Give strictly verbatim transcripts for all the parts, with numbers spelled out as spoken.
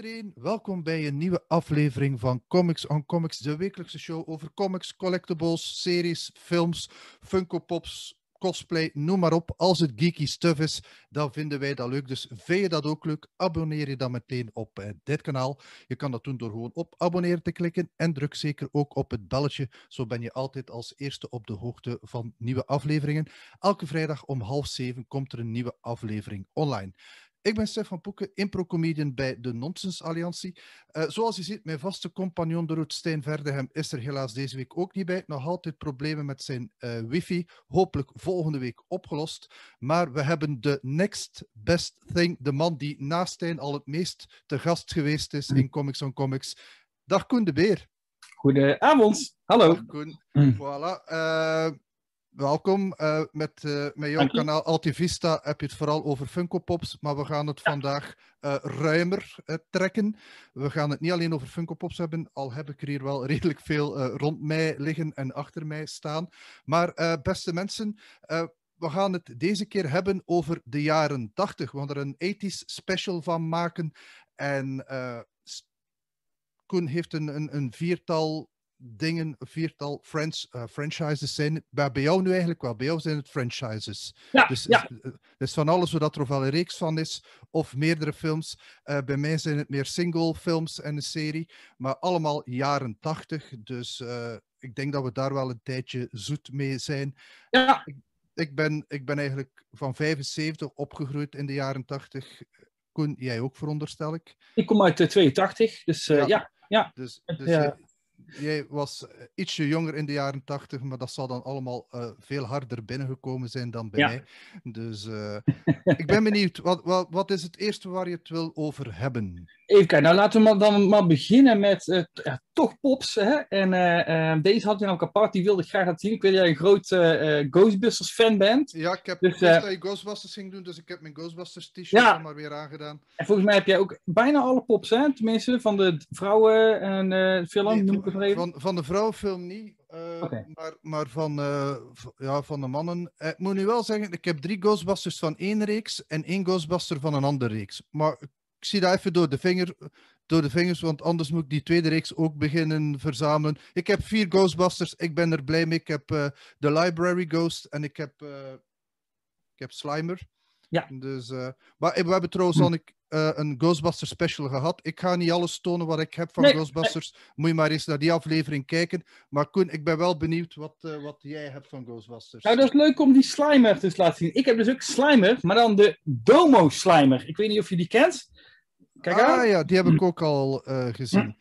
iedereen, welkom bij een nieuwe aflevering van Comics on Comics, de wekelijkse show over comics, collectibles, series, films, Funko Pops, cosplay, noem maar op. Als het geeky stuff is, dan vinden wij dat leuk. Dus vind je dat ook leuk, abonneer je dan meteen op uh, dit kanaal. Je kan dat doen door gewoon op abonneren te klikken en druk zeker ook op het belletje. Zo ben je altijd als eerste op de hoogte van nieuwe afleveringen. Elke vrijdag om half zeven komt er een nieuwe aflevering online. Ik ben Stefan Poeken, impro-comedian bij de Nonsens Alliantie. Uh, zoals je ziet, mijn vaste compagnon Doroet Stijn Verdehem is er helaas deze week ook niet bij. Nog altijd problemen met zijn uh, wifi. Hopelijk volgende week opgelost. Maar we hebben de next best thing. De man die naast Stijn al het meest te gast geweest is in Comics on Comics. Dag Koen de Beer. Goedenavond. Hallo. Dag Koen. Mm. Voilà. Uh, Welkom. Uh, met, uh, met jouw kanaal Altivista heb je het vooral over Funko Pops, maar we gaan het ja. vandaag uh, ruimer uh, trekken. We gaan het niet alleen over Funko Pops hebben, al heb ik er hier wel redelijk veel uh, rond mij liggen en achter mij staan. Maar uh, beste mensen, uh, we gaan het deze keer hebben over de jaren tachtig. We gaan er een tachtiger special van maken. En uh, Koen heeft een, een, een viertal dingen, een viertal French, uh, franchises zijn. Bij, bij jou nu eigenlijk wel. Bij jou zijn het franchises. Ja, dus, ja. dus van alles zodat er ofwel een reeks van is, of meerdere films. Uh, bij mij zijn het meer single films en een serie. Maar allemaal jaren tachtig. Dus uh, ik denk dat we daar wel een tijdje zoet mee zijn. Ja. Ik, ik, ben, ik ben eigenlijk van vijfenzeventig opgegroeid in de jaren tachtig. Koen, jij ook, veronderstel ik? Ik kom uit uh, tweeëntachtig, dus uh, ja. ja. ja. Dus, dus ja. jij, jij was ietsje jonger in de jaren tachtig, maar dat zal dan allemaal uh, veel harder binnengekomen zijn dan bij ja. mij. Dus uh, ik ben benieuwd, wat, wat, wat is het eerste waar je het wil over hebben? Even kijken, nou laten we maar dan maar beginnen met uh, ja, toch Pops. Hè? En uh, uh, deze had je namelijk apart, die wilde ik graag laten zien. Ik weet dat jij een groot uh, uh, Ghostbusters fan bent. Ja, ik heb dus, uh, uh, dat je Ghostbusters ging doen, dus ik heb mijn Ghostbusters t-shirt ja. maar weer aangedaan. En volgens mij heb jij ook bijna alle Pops, hè? Tenminste, van de vrouwen en uh, film, nee, noem ik het maar even. Van, van de vrouwenfilm niet, uh, okay. maar, maar van, uh, ja, van de mannen. Uh, ik moet nu wel zeggen, ik heb drie Ghostbusters van één reeks en één Ghostbuster van een andere reeks. Maar ik zie dat even door de, vinger, door de vingers, want anders moet ik die tweede reeks ook beginnen verzamelen. Ik heb vier Ghostbusters, ik ben er blij mee. Ik heb uh, de Library Ghost en ik heb, uh, ik heb Slimer. Ja. Dus, uh, maar we hebben trouwens hm. al een, uh, een Ghostbusters special gehad. Ik ga niet alles tonen wat ik heb van nee, Ghostbusters. Nee. Moet je maar eens naar die aflevering kijken. Maar Koen, ik ben wel benieuwd wat, uh, wat jij hebt van Ghostbusters. Nou, dat is leuk om die Slimer te laten zien. Ik heb dus ook Slimer, maar dan de Domo Slimer. Ik weet niet of je die kent. Kijk ah aan. Ja, die heb ik ook al uh, gezien.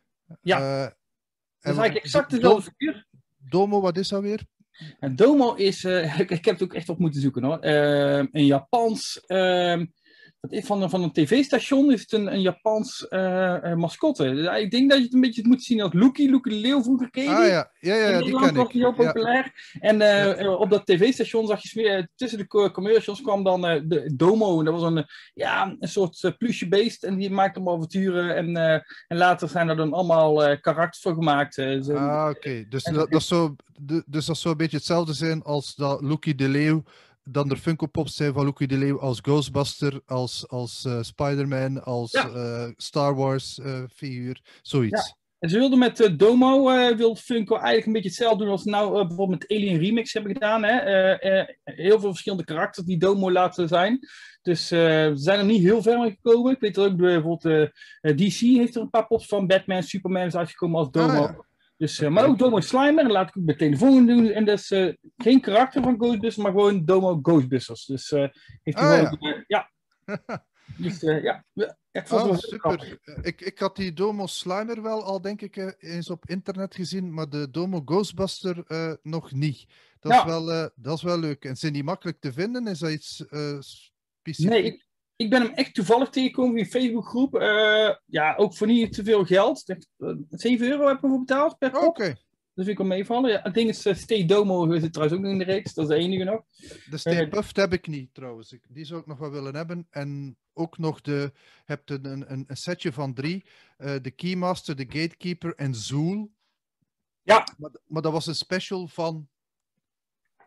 Ja, uh, dat is eigenlijk exact dezelfde figuur. Domo, wat is dat weer? En Domo is, uh, ik, ik heb het ook echt op moeten zoeken hoor, uh, een Japans, uh, wat is van, van een tv-station is het een, een Japans uh, uh, mascotte. Dus ik denk dat je het een beetje moet zien als Loekie, Loekie de Leeuw vroeger ken je die? Ah ja, ja, ja, ja die ken was ik. Die heel populair. Ja. En uh, ja. op dat tv-station zag je uh, tussen de commercials kwam dan uh, de Domo. En dat was een, uh, ja, een soort uh, plusje beest en die maakte allemaal avonturen. En, uh, en later zijn er dan allemaal uh, karakters voor gemaakt. Uh, zo. Ah, oké. Okay. Dus, dat, dat zou, dus dat zou een beetje hetzelfde zijn als dat Loekie de Leeuw dan er Funko Pops zijn van Loekie de Leeuw als Ghostbuster, als, als uh, Spider-Man, als ja. uh, Star Wars uh, figuur, zoiets. Ja. En ze wilden met uh, Domo, uh, wil Funko eigenlijk een beetje hetzelfde doen als nou uh, bijvoorbeeld met Alien Remix hebben gedaan. Hè? Uh, uh, heel veel verschillende karakters die Domo laten zijn. Dus uh, we zijn er niet heel ver mee gekomen. Ik weet dat ook bijvoorbeeld uh, D C heeft er een paar pops van. Batman, Superman is uitgekomen als Domo. Ah, ja. Dus, uh, okay. Maar ook Domo Slimer, en laat ik ook meteen de volgende doen. En dat is uh, geen karakter van Ghostbusters, maar gewoon Domo Ghostbusters. Dus uh, heeft hij ah, gewoon... Ja. Uh, ja. Dus uh, ja, ik vond oh, het super. Ik, ik had die Domo Slimer wel al, denk ik, uh, eens op internet gezien, maar de Domo Ghostbuster uh, nog niet. Dat, ja. is wel, uh, dat is wel leuk. En zijn die makkelijk te vinden? Is dat iets uh, specifiek? Nee, ik, ik ben hem echt toevallig tegengekomen in een Facebookgroep. Uh, ja, ook voor niet te veel geld. zeven euro heb ik ervoor betaald per pop. Oké. Okay. Dus ik kan meevallen. Ja, het ding is, uh, Stay Domo zit trouwens ook nog in de reeks. Dat is de enige nog. De Stay uh, Puft heb ik niet, trouwens. Ik, die zou ik nog wel willen hebben. En ook nog de... hebt een, een, een setje van drie. Uh, de Keymaster, de Gatekeeper en Zool. Ja. Maar, maar dat was een special van...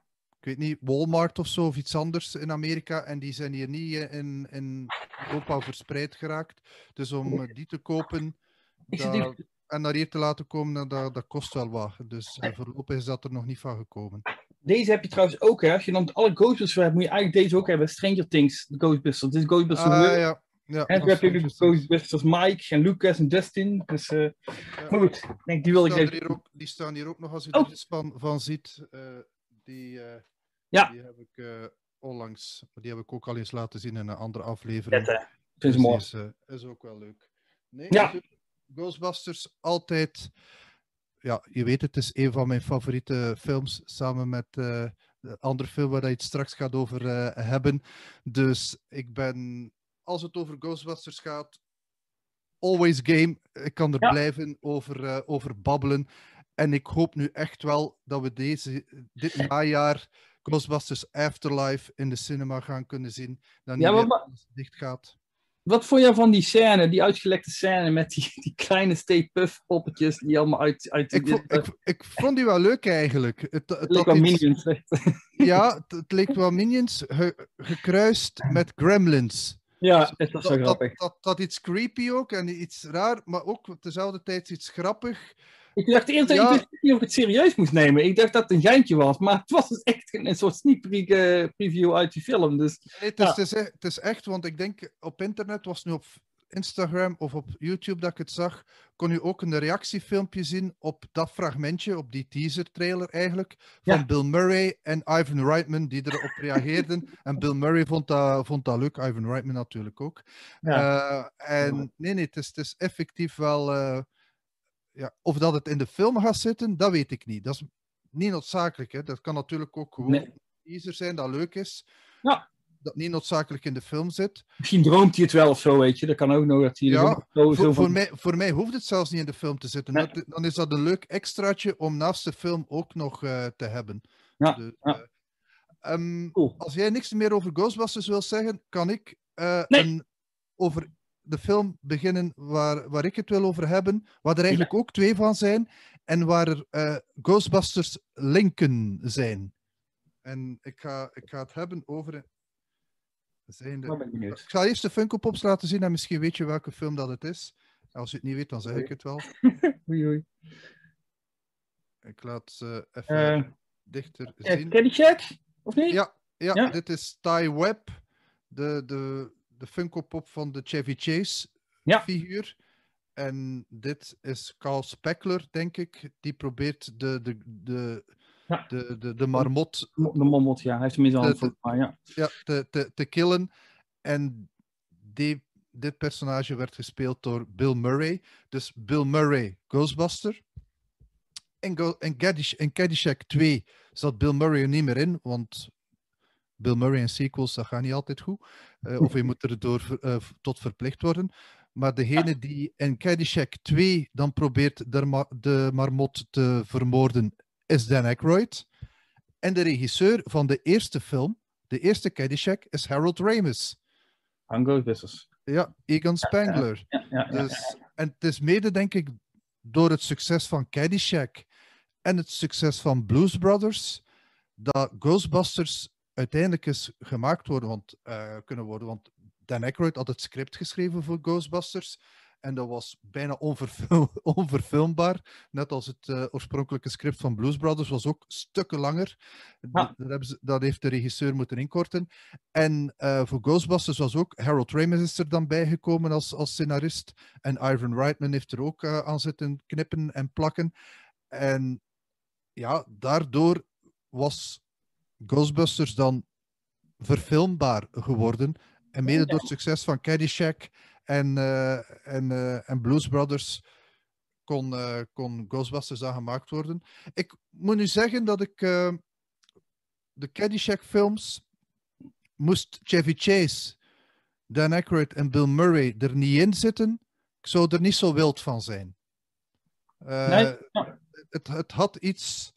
ik weet niet, Walmart of zo, of iets anders in Amerika. En die zijn hier niet in, in Europa verspreid geraakt. Dus om eh, die te kopen Ik zit even... dat, en naar hier te laten komen, dat, dat kost wel wat. Dus uh, voorlopig is dat er nog niet van gekomen. Deze heb je trouwens ook, hè. Als je dan alle Ghostbusters hebt, moet je eigenlijk deze ook hebben. Stranger Things, de Ghostbusters. Dit is Ghostbusters Ah, World. ja. Ja, En zo heb je ook de Ghostbusters Mike en Lucas en Dustin. Dus, uh, ja. Maar goed, ik denk, die wil die ik staan, ook, die staan hier ook nog, als je oh. er iets van, van ziet. Uh, die, uh, ja. die heb ik uh, onlangs, die heb ik ook al eens laten zien in een andere aflevering. Dat dus is mooi. Is, uh, is ook wel leuk. Nee, ja. Ghostbusters altijd, ja, je weet het, is een van mijn favoriete films, samen met uh, de andere film waar je het straks gaat over uh, hebben. Dus ik ben, als het over Ghostbusters gaat, always game. Ik kan er ja. blijven over, uh, over babbelen. En ik hoop nu echt wel dat we deze, dit najaar Ghostbusters Afterlife in de cinema gaan kunnen zien. Dat niet ja, maar, weer alles dicht gaat. Wat vond jij van die scène, die uitgelekte scène met die, die kleine Stay Puft poppetjes die allemaal uit... uit ik, vond, ik, ik vond die wel leuk eigenlijk. Het, het, het leek wel iets, Minions. Ja, het, het leek wel Minions ge, gekruist met Gremlins. Ja, het was zo dat, grappig. Dat, dat, dat iets creepy ook en iets raar, maar ook op dezelfde tijd iets grappig. Ik dacht eerst dat ja. ik wist niet of ik het serieus moest nemen. Ik dacht dat het een geintje was, maar het was dus echt een soort sneak peek uh, preview uit die film. Dus, nee, het, is, ja. het, is, het is echt, want ik denk op internet, was nu op Instagram of op YouTube dat ik het zag, kon je ook een reactiefilmpje zien op dat fragmentje, op die teaser-trailer eigenlijk, van ja. Bill Murray en Ivan Reitman die erop reageerden. En Bill Murray vond dat, vond dat leuk, Ivan Reitman natuurlijk ook. Ja. Uh, en nee, nee, het is, het is effectief wel... Uh, ja, of dat het in de film gaat zitten, dat weet ik niet. Dat is niet noodzakelijk. Hè. Dat kan natuurlijk ook gewoon nee. een teaser zijn dat leuk is. Ja. Dat niet noodzakelijk in de film zit. Misschien droomt hij het wel of zo, weet je. Dat kan ook nog. Dat hij ja, zo, voor, zo van... voor, mij, voor mij hoeft het zelfs niet in de film te zitten. Nee. Dat, dan is dat een leuk extraatje om naast de film ook nog uh, te hebben. Ja. Dus, ja. Uh, um, cool. Als jij niks meer over Ghostbusters wil zeggen, kan ik uh, nee. een, over de film beginnen waar, waar ik het wil over hebben, waar er eigenlijk ja. ook twee van zijn, en waar er uh, Ghostbusters linken zijn. En ik ga, ik ga het hebben over... Zijn de... Ik ga eerst de Funko Pops laten zien en misschien weet je welke film dat het is. Als je het niet weet, dan zeg oei. ik het wel. Oei, oei. Ik laat ze even uh, dichter uh, zien. Caddyshack, of niet? Ja, ja, ja, dit is Ty Webb, de, de, de Funko Pop van de Chevy Chase ja. figuur. En dit is Carl Speckler, denk ik. Die probeert de, de, de, ja. de, de, de marmot... De marmot, ja. Hij heeft hem in zijn hand voor mij, ja. Ja, te, te, te killen. En die, dit personage werd gespeeld door Bill Murray. Dus Bill Murray, Ghostbuster. In, Go, in, Caddish, in Caddyshack twee zat Bill Murray er niet meer in, want Bill Murray in sequels, dat gaat niet altijd goed. Uh, of je moet er door, uh, tot verplicht worden. Maar degene die in Caddyshack twee dan probeert de, ma de marmot te vermoorden, is Dan Aykroyd. En de regisseur van de eerste film, de eerste Caddyshack, is Harold Ramis. Van Ghostbusters. Ja, Egon Spengler. Ja, ja, ja, ja, dus, ja, ja. En het is mede, denk ik, door het succes van Caddyshack en het succes van Blues Brothers, dat Ghostbusters uiteindelijk is gemaakt worden, want, uh, kunnen worden. Want Dan Aykroyd had het script geschreven voor Ghostbusters. En dat was bijna onverfil onverfilmbaar. Net als het uh, oorspronkelijke script van Blues Brothers was ook stukken langer. Ja. Dat, hebben ze, dat heeft de regisseur moeten inkorten. En uh, voor Ghostbusters was ook... Harold Ramis is er dan bijgekomen als, als scenarist. En Ivan Reitman heeft er ook uh, aan zitten knippen en plakken. En ja, daardoor was Ghostbusters dan verfilmbaar geworden. En mede door het succes van Caddyshack en, uh, en, uh, en Blues Brothers kon, uh, kon Ghostbusters dan gemaakt worden. Ik moet nu zeggen dat ik uh, de Caddyshack films moest Chevy Chase, Dan Aykroyd en Bill Murray er niet in zitten. Ik zou er niet zo wild van zijn. Uh, nee. het, het had iets...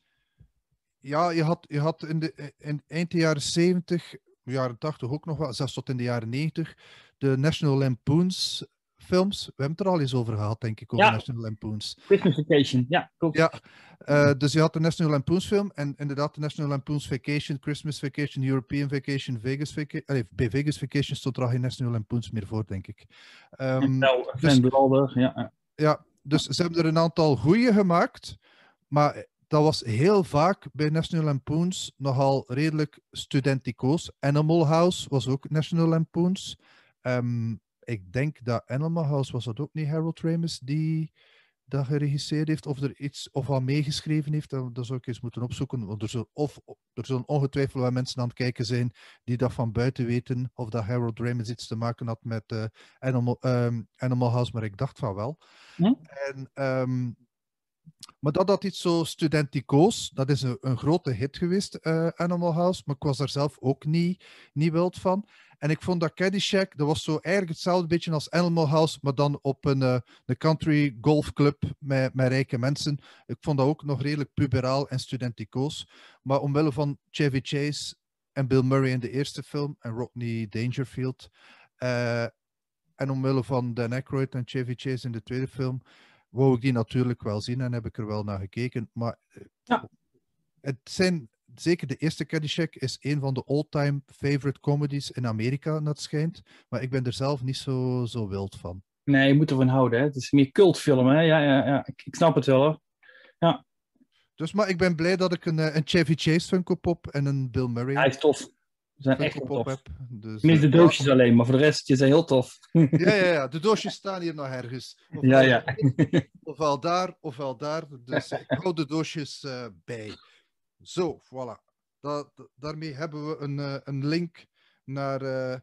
Ja, je had, je had in de in eind de jaren zeventig, jaren tachtig ook nog wel, zelfs tot in de jaren negentig, de National Lampoons films. We hebben het er al eens over gehad, denk ik, over Ja. National Lampoons. Christmas Vacation, ja, klopt. Ja, uh, dus je had de National Lampoons film en inderdaad de National Lampoons Vacation, Christmas Vacation, European Vacation, Vegas Vacation. Bij Vegas Vacation stond er al geen National Lampoons meer voor, denk ik. Um, nou, dus, Bladder, ja. ja, dus ze hebben er een aantal goede gemaakt, maar dat was heel vaak bij National Lampoons nogal redelijk studenticoos. Animal House was ook National Lampoons. Um, ik denk dat Animal House was dat ook niet Harold Ramis die dat geregisseerd heeft of er iets of al meegeschreven heeft. Dat, dat zou ik eens moeten opzoeken. Want er zullen, of er zullen ongetwijfeld wel mensen aan het kijken zijn die dat van buiten weten of dat Harold Ramis iets te maken had met uh, Animal, um, Animal House, maar ik dacht van wel. Hm? En... Um, Maar dat had iets zo studenticoos. Dat is een, een grote hit geweest, uh, Animal House. Maar ik was daar zelf ook niet, niet wild van. En ik vond dat Caddyshack, dat was zo eigenlijk hetzelfde beetje als Animal House, maar dan op een, uh, een country golfclub met, met rijke mensen. Ik vond dat ook nog redelijk puberaal en studenticoos. Maar omwille van Chevy Chase en Bill Murray in de eerste film en Rodney Dangerfield. Uh, en omwille van Dan Aykroyd en Chevy Chase in de tweede film... wou ik die natuurlijk wel zien en heb ik er wel naar gekeken. Maar ja. het zijn, zeker de eerste Caddyshack is een van de all-time favorite comedies in Amerika, dat schijnt. Maar ik ben er zelf niet zo, zo wild van. Nee, je moet ervan houden. Hè? Het is meer cultfilm, hè? Ja, ja, ja. Ik, ik snap het wel, hoor. Ja. Dus, maar ik ben blij dat ik een, een Chevy Chase Funko Pop en een Bill Murray... Hij is tof. Ze zijn echt tof. Heb. Dus, Mis de doosjes ja. alleen, maar voor de rest is hij heel tof. Ja, ja, ja, de doosjes staan hier nog ergens. Ofwel, ja, ja. ofwel daar, ofwel daar. Dus ik hou de doosjes uh, bij. Zo, voilà. Da da daarmee hebben we een, uh, een link naar uh,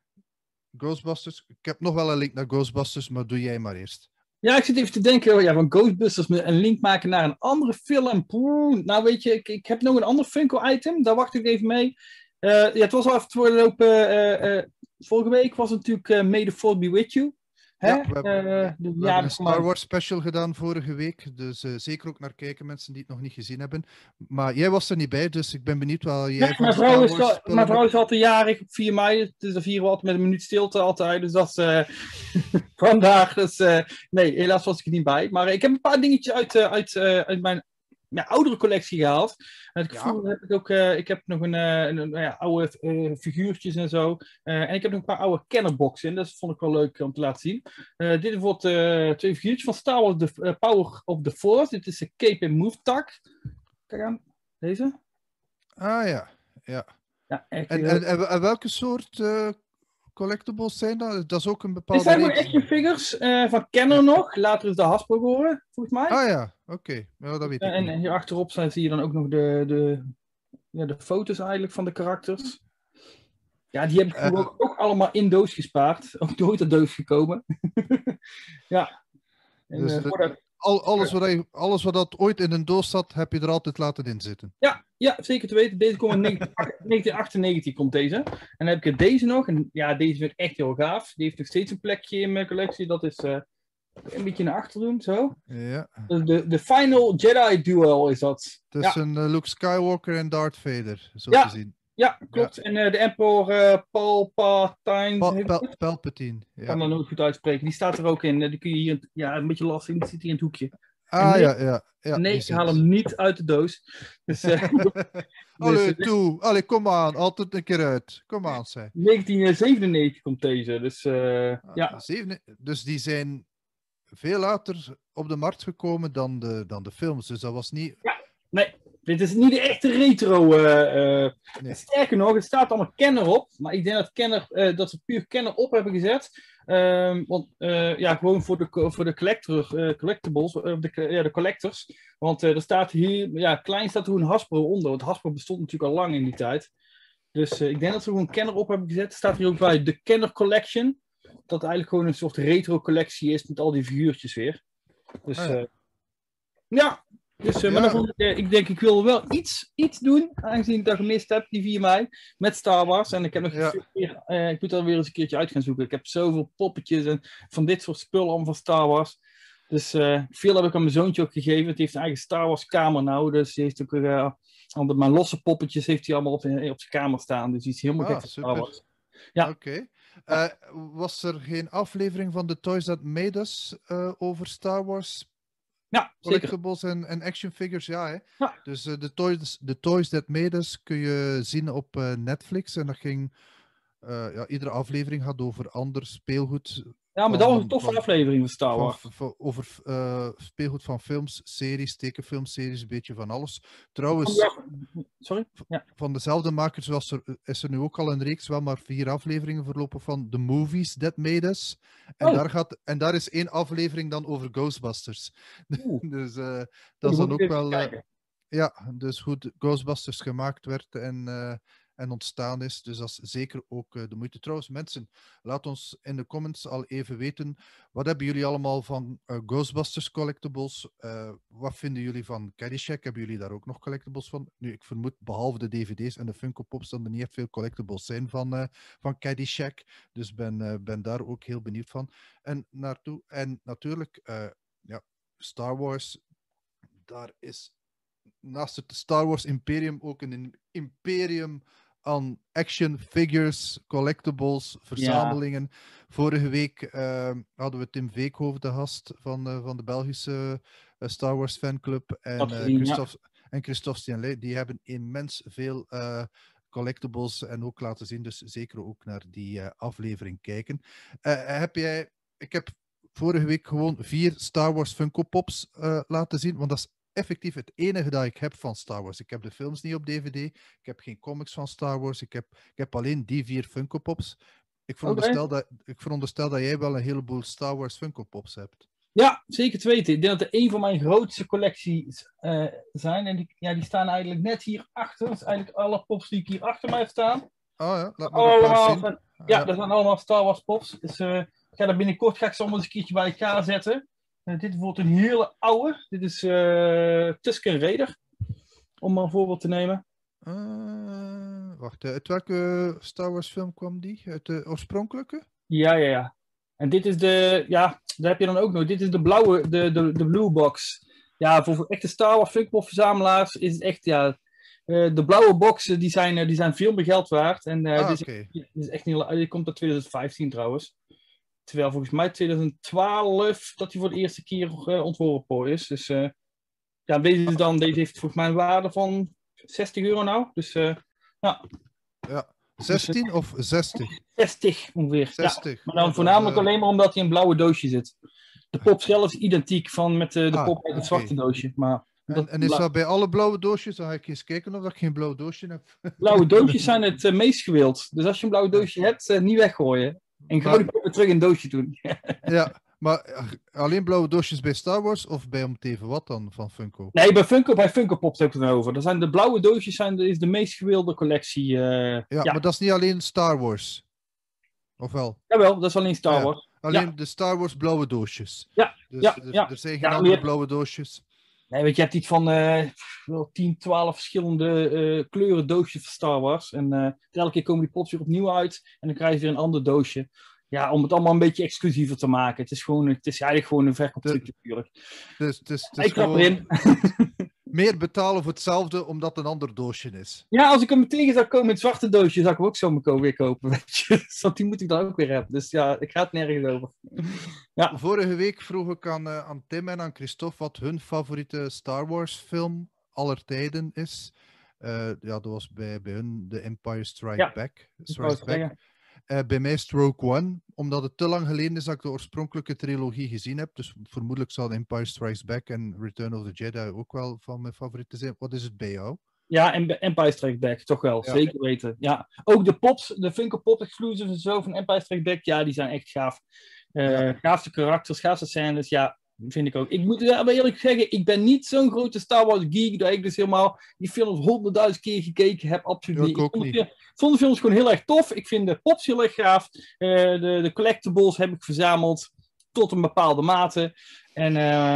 Ghostbusters. Ik heb nog wel een link naar Ghostbusters, maar doe jij maar eerst. Ja, ik zit even te denken, ja, van Ghostbusters met een link maken naar een andere film. Poeh, nou weet je, ik, ik heb nog een ander Funko-item, daar wacht ik even mee. Uh, ja, het was al even voorlopen. Uh, uh, vorige week was het natuurlijk uh, May the Fourth Be With You. Hè? Ja, we hebben, uh, de, we ja, hebben een Star Wars special gedaan vorige week. Dus uh, zeker ook naar kijken, mensen die het nog niet gezien hebben. Maar jij was er niet bij, dus ik ben benieuwd wat jij ja, van mijn Star vrouw Wars... Is al, mijn vrouw is altijd jarig op vier mei. Dus dan vieren we altijd met een minuut stilte altijd. Dus dat is uh, vandaag. Dus, uh, nee, helaas was ik er niet bij. Maar uh, ik heb een paar dingetjes uit, uh, uit, uh, uit mijn... Ja, oudere collectie gehaald. En het gevoel ja. heb ik ook. Uh, ik heb nog een, uh, een, een ja, oude uh, figuurtjes en zo. Uh, en ik heb nog een paar oude kennerboxen. Dat vond ik wel leuk om te laten zien. Uh, dit is bijvoorbeeld uh, twee figuurtjes van Star Wars: The uh, Power of the Force. Dit is de Cape and Move tak. Kijk aan, deze. Ah ja, ja. ja echt, en, uh, en, en, en welke soort uh, collectibles zijn dat? Dat is ook een bepaalde. Dit zijn gewoon action figures uh, van Kenner ja. nog. Later is de Hasbro geworden, volgens mij. Ah ja, oké. Okay. Ja, dat weet uh, ik en, niet. en hier achterop zijn, zie je dan ook nog de, de, ja, de foto's eigenlijk van de karakters. Ja, die heb ik uh, ook, ook allemaal in doos gespaard. Ook nooit uit doos gekomen. ja. En, dus uh, de, dat... al, alles, wat je, alles wat dat ooit in een doos zat, heb je er altijd laten in zitten. Ja, ja, zeker te weten. Deze komt in negentien achtennegentig komt deze. En dan heb ik deze nog. En ja, deze vind ik echt heel gaaf. Die heeft nog steeds een plekje in mijn collectie. Dat is uh, een beetje naar achter doen, zo. Ja. De, de Final Jedi Duel is dat. Tussen ja. uh, Luke Skywalker en Darth Vader, zo ja. te zien. Ja, klopt. Ja. En uh, de Emperor uh, Palpatine. Pa Pal Palpatine. Ik kan dat nooit goed uitspreken. Die staat er ook in. Die kun je hier ja, een beetje lastig. Die zit hier in het hoekje. Ah nee, ja, ja. ja nee, ik haal hem niet uit de doos. Dus, uh, Allee, dus, toe. Allee, kom aan. Altijd een keer uit. Kom aan, zeg. negentien zevenennegentig komt deze. Dus, uh, ah, ja. zeven, dus die zijn veel later op de markt gekomen dan de, dan de films. Dus dat was niet... Ja, nee. Dit is niet de echte retro. Uh, uh, nee. Sterker nog, het staat allemaal Kenner op. Maar ik denk dat, Kenner, uh, dat ze puur Kenner op hebben gezet. Um, want uh, ja, gewoon voor de, voor de collector, uh, collectibles, uh, de, ja, de collectors. Want uh, er staat hier, ja, klein staat er gewoon Hasbro onder. Want Hasbro bestond natuurlijk al lang in die tijd. Dus uh, ik denk dat ze gewoon Kenner op hebben gezet. Er staat hier ook bij de Kenner Collection. Dat eigenlijk gewoon een soort retro collectie is met al die figuurtjes weer. Dus uh, ja. ja. Dus, uh, maar ja. dan vond ik, uh, ik denk, ik wil wel iets, iets doen, aangezien ik dat gemist heb, die vier mei, met Star Wars. En ik heb nog ja. een keer, uh, ik moet er weer eens een keertje uit gaan zoeken. Ik heb zoveel poppetjes en van dit soort spullen allemaal van Star Wars. Dus uh, veel heb ik aan mijn zoontje ook gegeven. Het heeft een eigen Star Wars kamer nou, dus hij heeft ook, uh, mijn losse poppetjes heeft hij allemaal op, op zijn kamer staan. Dus die is helemaal ah, gek van Star Wars. Ja. Oké. Okay. Uh, was er geen aflevering van The Toys That Made Us uh, over Star Wars? Ja, Collectibles en, en action figures, ja. Hè? Ja. Dus uh, The Toys, The Toys That Made Us kun je zien op uh, Netflix. En dat ging... Uh, ja, iedere aflevering gaat over ander speelgoed. Ja, maar van, dat was een toffe van, aflevering van Star Wars. Van, van, over uh, speelgoed van films, series, tekenfilmseries, een beetje van alles. Trouwens, ja. Sorry? Ja. Van dezelfde makers was er, is er nu ook al een reeks, wel maar vier afleveringen verlopen van The Movies That Made Us. En, oh. daar, gaat, en daar is één aflevering dan over Ghostbusters. dus uh, dat is dan ook wel... Uh, ja, dus hoe Ghostbusters gemaakt werd en... Uh, en ontstaan is. Dus dat is zeker ook uh, de moeite. Trouwens, mensen, laat ons in de comments al even weten, wat hebben jullie allemaal van uh, Ghostbusters collectibles? Uh, wat vinden jullie van Caddyshack? Hebben jullie daar ook nog collectibles van? Nu, ik vermoed, behalve de D V D's en de Funko Pops, dat er niet echt veel collectibles zijn van, uh, van Caddyshack. Dus ben, uh, ben daar ook heel benieuwd van. En naartoe, en natuurlijk, uh, ja, Star Wars, daar is naast het Star Wars Imperium ook een imperium aan action figures, collectibles, verzamelingen. Ja. Vorige week uh, hadden we Tim Veekhoven de gast van, uh, van de Belgische uh, Star Wars fanclub. En, uh, Christophe, ja. en Christophe Stienley, die hebben immens veel uh, collectibles en ook laten zien. Dus zeker ook naar die uh, aflevering kijken. Uh, heb jij... Ik heb vorige week gewoon vier Star Wars Funko Pops uh, laten zien, want dat is effectief het enige dat ik heb van Star Wars. Ik heb de films niet op D V D. Ik heb geen comics van Star Wars. Ik heb, ik heb alleen die vier Funko Pops. Ik veronderstel, okay. dat, ik veronderstel dat jij wel een heleboel Star Wars Funko Pops hebt. Ja, zeker te weten. Ik denk dat het een van mijn grootste collecties uh, zijn. En die, ja, die staan eigenlijk net hier achter. Dat is eigenlijk alle pops die ik hier achter mij heb staan. Oh ja, laat me allemaal, zien. Van, ja, uh, dat zijn allemaal Star Wars pops. Dus uh, ik ga dat binnenkort ga ik ze allemaal eens een keertje bij elkaar zetten. Uh, dit is bijvoorbeeld een hele oude. Dit is uh, Tusken Raider. Om maar een voorbeeld te nemen. Uh, wacht, uit welke Star Wars film kwam die? Uit de oorspronkelijke? Ja, ja, ja. En dit is de, ja, daar heb je dan ook nog. Dit is de blauwe, de, de, de blue box. Ja, voor, voor echte Star Wars Funko verzamelaars is het echt, ja... Uh, de blauwe boxen, die zijn, uh, die zijn veel meer geld waard. En uh, ah, dit, is, okay. dit is echt niet... Die komt uit twintig vijftien trouwens. Terwijl volgens mij twintig twaalf dat hij voor de eerste keer uh, ontworpen is. Dus uh, ja, deze, is dan, deze heeft volgens mij een waarde van zestig euro nou. Dus uh, ja. Ja, zestien dus, uh, of zestig? zestig ongeveer. zestig. Ja, maar dan voornamelijk uh... alleen maar omdat hij in een blauwe doosje zit. De pop zelf is identiek van met uh, de ah, pop uit het okay. zwarte doosje. Maar en, en is dat bij alle blauwe doosjes? Dan ga ik eens kijken of ik geen blauw doosje heb. Blauwe doosjes zijn het uh, meest gewild. Dus als je een blauw doosje hebt, uh, niet weggooien. En gewoon maar, weer terug in een doosje doen. Ja, maar alleen blauwe doosjes bij Star Wars of bij om te even wat dan van Funko? Nee, bij Funko, bij Funko Pops heb ik het over. Dat zijn de blauwe doosjes zijn de, is de meest gewilde collectie. Uh, ja, ja, maar dat is niet alleen Star Wars. Of wel? Jawel, dat is alleen Star ja, Wars. Alleen ja. de Star Wars blauwe doosjes. Ja, dus ja, er, ja. er zijn geen ja, andere hebt... blauwe doosjes. Nee, weet je, je hebt iets van uh, tien, twaalf verschillende uh, kleuren doosjes van Star Wars. En uh, elke keer komen die pops weer opnieuw uit. En dan krijg je weer een ander doosje. Ja, om het allemaal een beetje exclusiever te maken. Het is, gewoon, het is eigenlijk gewoon een verkooptruc natuurlijk. Dus, dus, dus ik trap erin. Meer betalen voor hetzelfde, omdat het een ander doosje is. Ja, als ik hem tegen zou komen in het zwarte doosje, zou ik hem ook zo maar weer kopen. Weet je? Want die moet ik dan ook weer hebben. Dus ja, ik ga het nergens over. Ja. Vorige week vroeg ik aan, uh, aan Tim en aan Christophe wat hun favoriete Star Wars film aller tijden is. Uh, ja, dat was bij, bij hun The Empire Strikes ja. Back. Strikes Back. Ja. Uh, bij mij is Rogue One, omdat het te lang geleden is dat ik de oorspronkelijke trilogie gezien heb. Dus vermoedelijk zal Empire Strikes Back en Return of the Jedi ook wel van mijn favorieten zijn. Wat is het bij jou? Ja, en Empire Strikes Back, toch wel. Ja. Zeker weten. Ja. Ook de pops, de Funko Pop exclusives en zo van Empire Strikes Back, ja, die zijn echt gaaf. Uh, ja. Gaafste karakters, gaafste scènes, ja. Vind ik ook. Ik moet wel eerlijk zeggen, ik ben niet zo'n grote Star Wars geek dat ik dus helemaal die films honderdduizend keer gekeken heb. Absoluut ja, niet. Ik ook ik vond, niet. De, vond de films gewoon heel erg tof. Ik vind de pops heel erg gaaf. Uh, de, de collectibles heb ik verzameld tot een bepaalde mate. En, uh,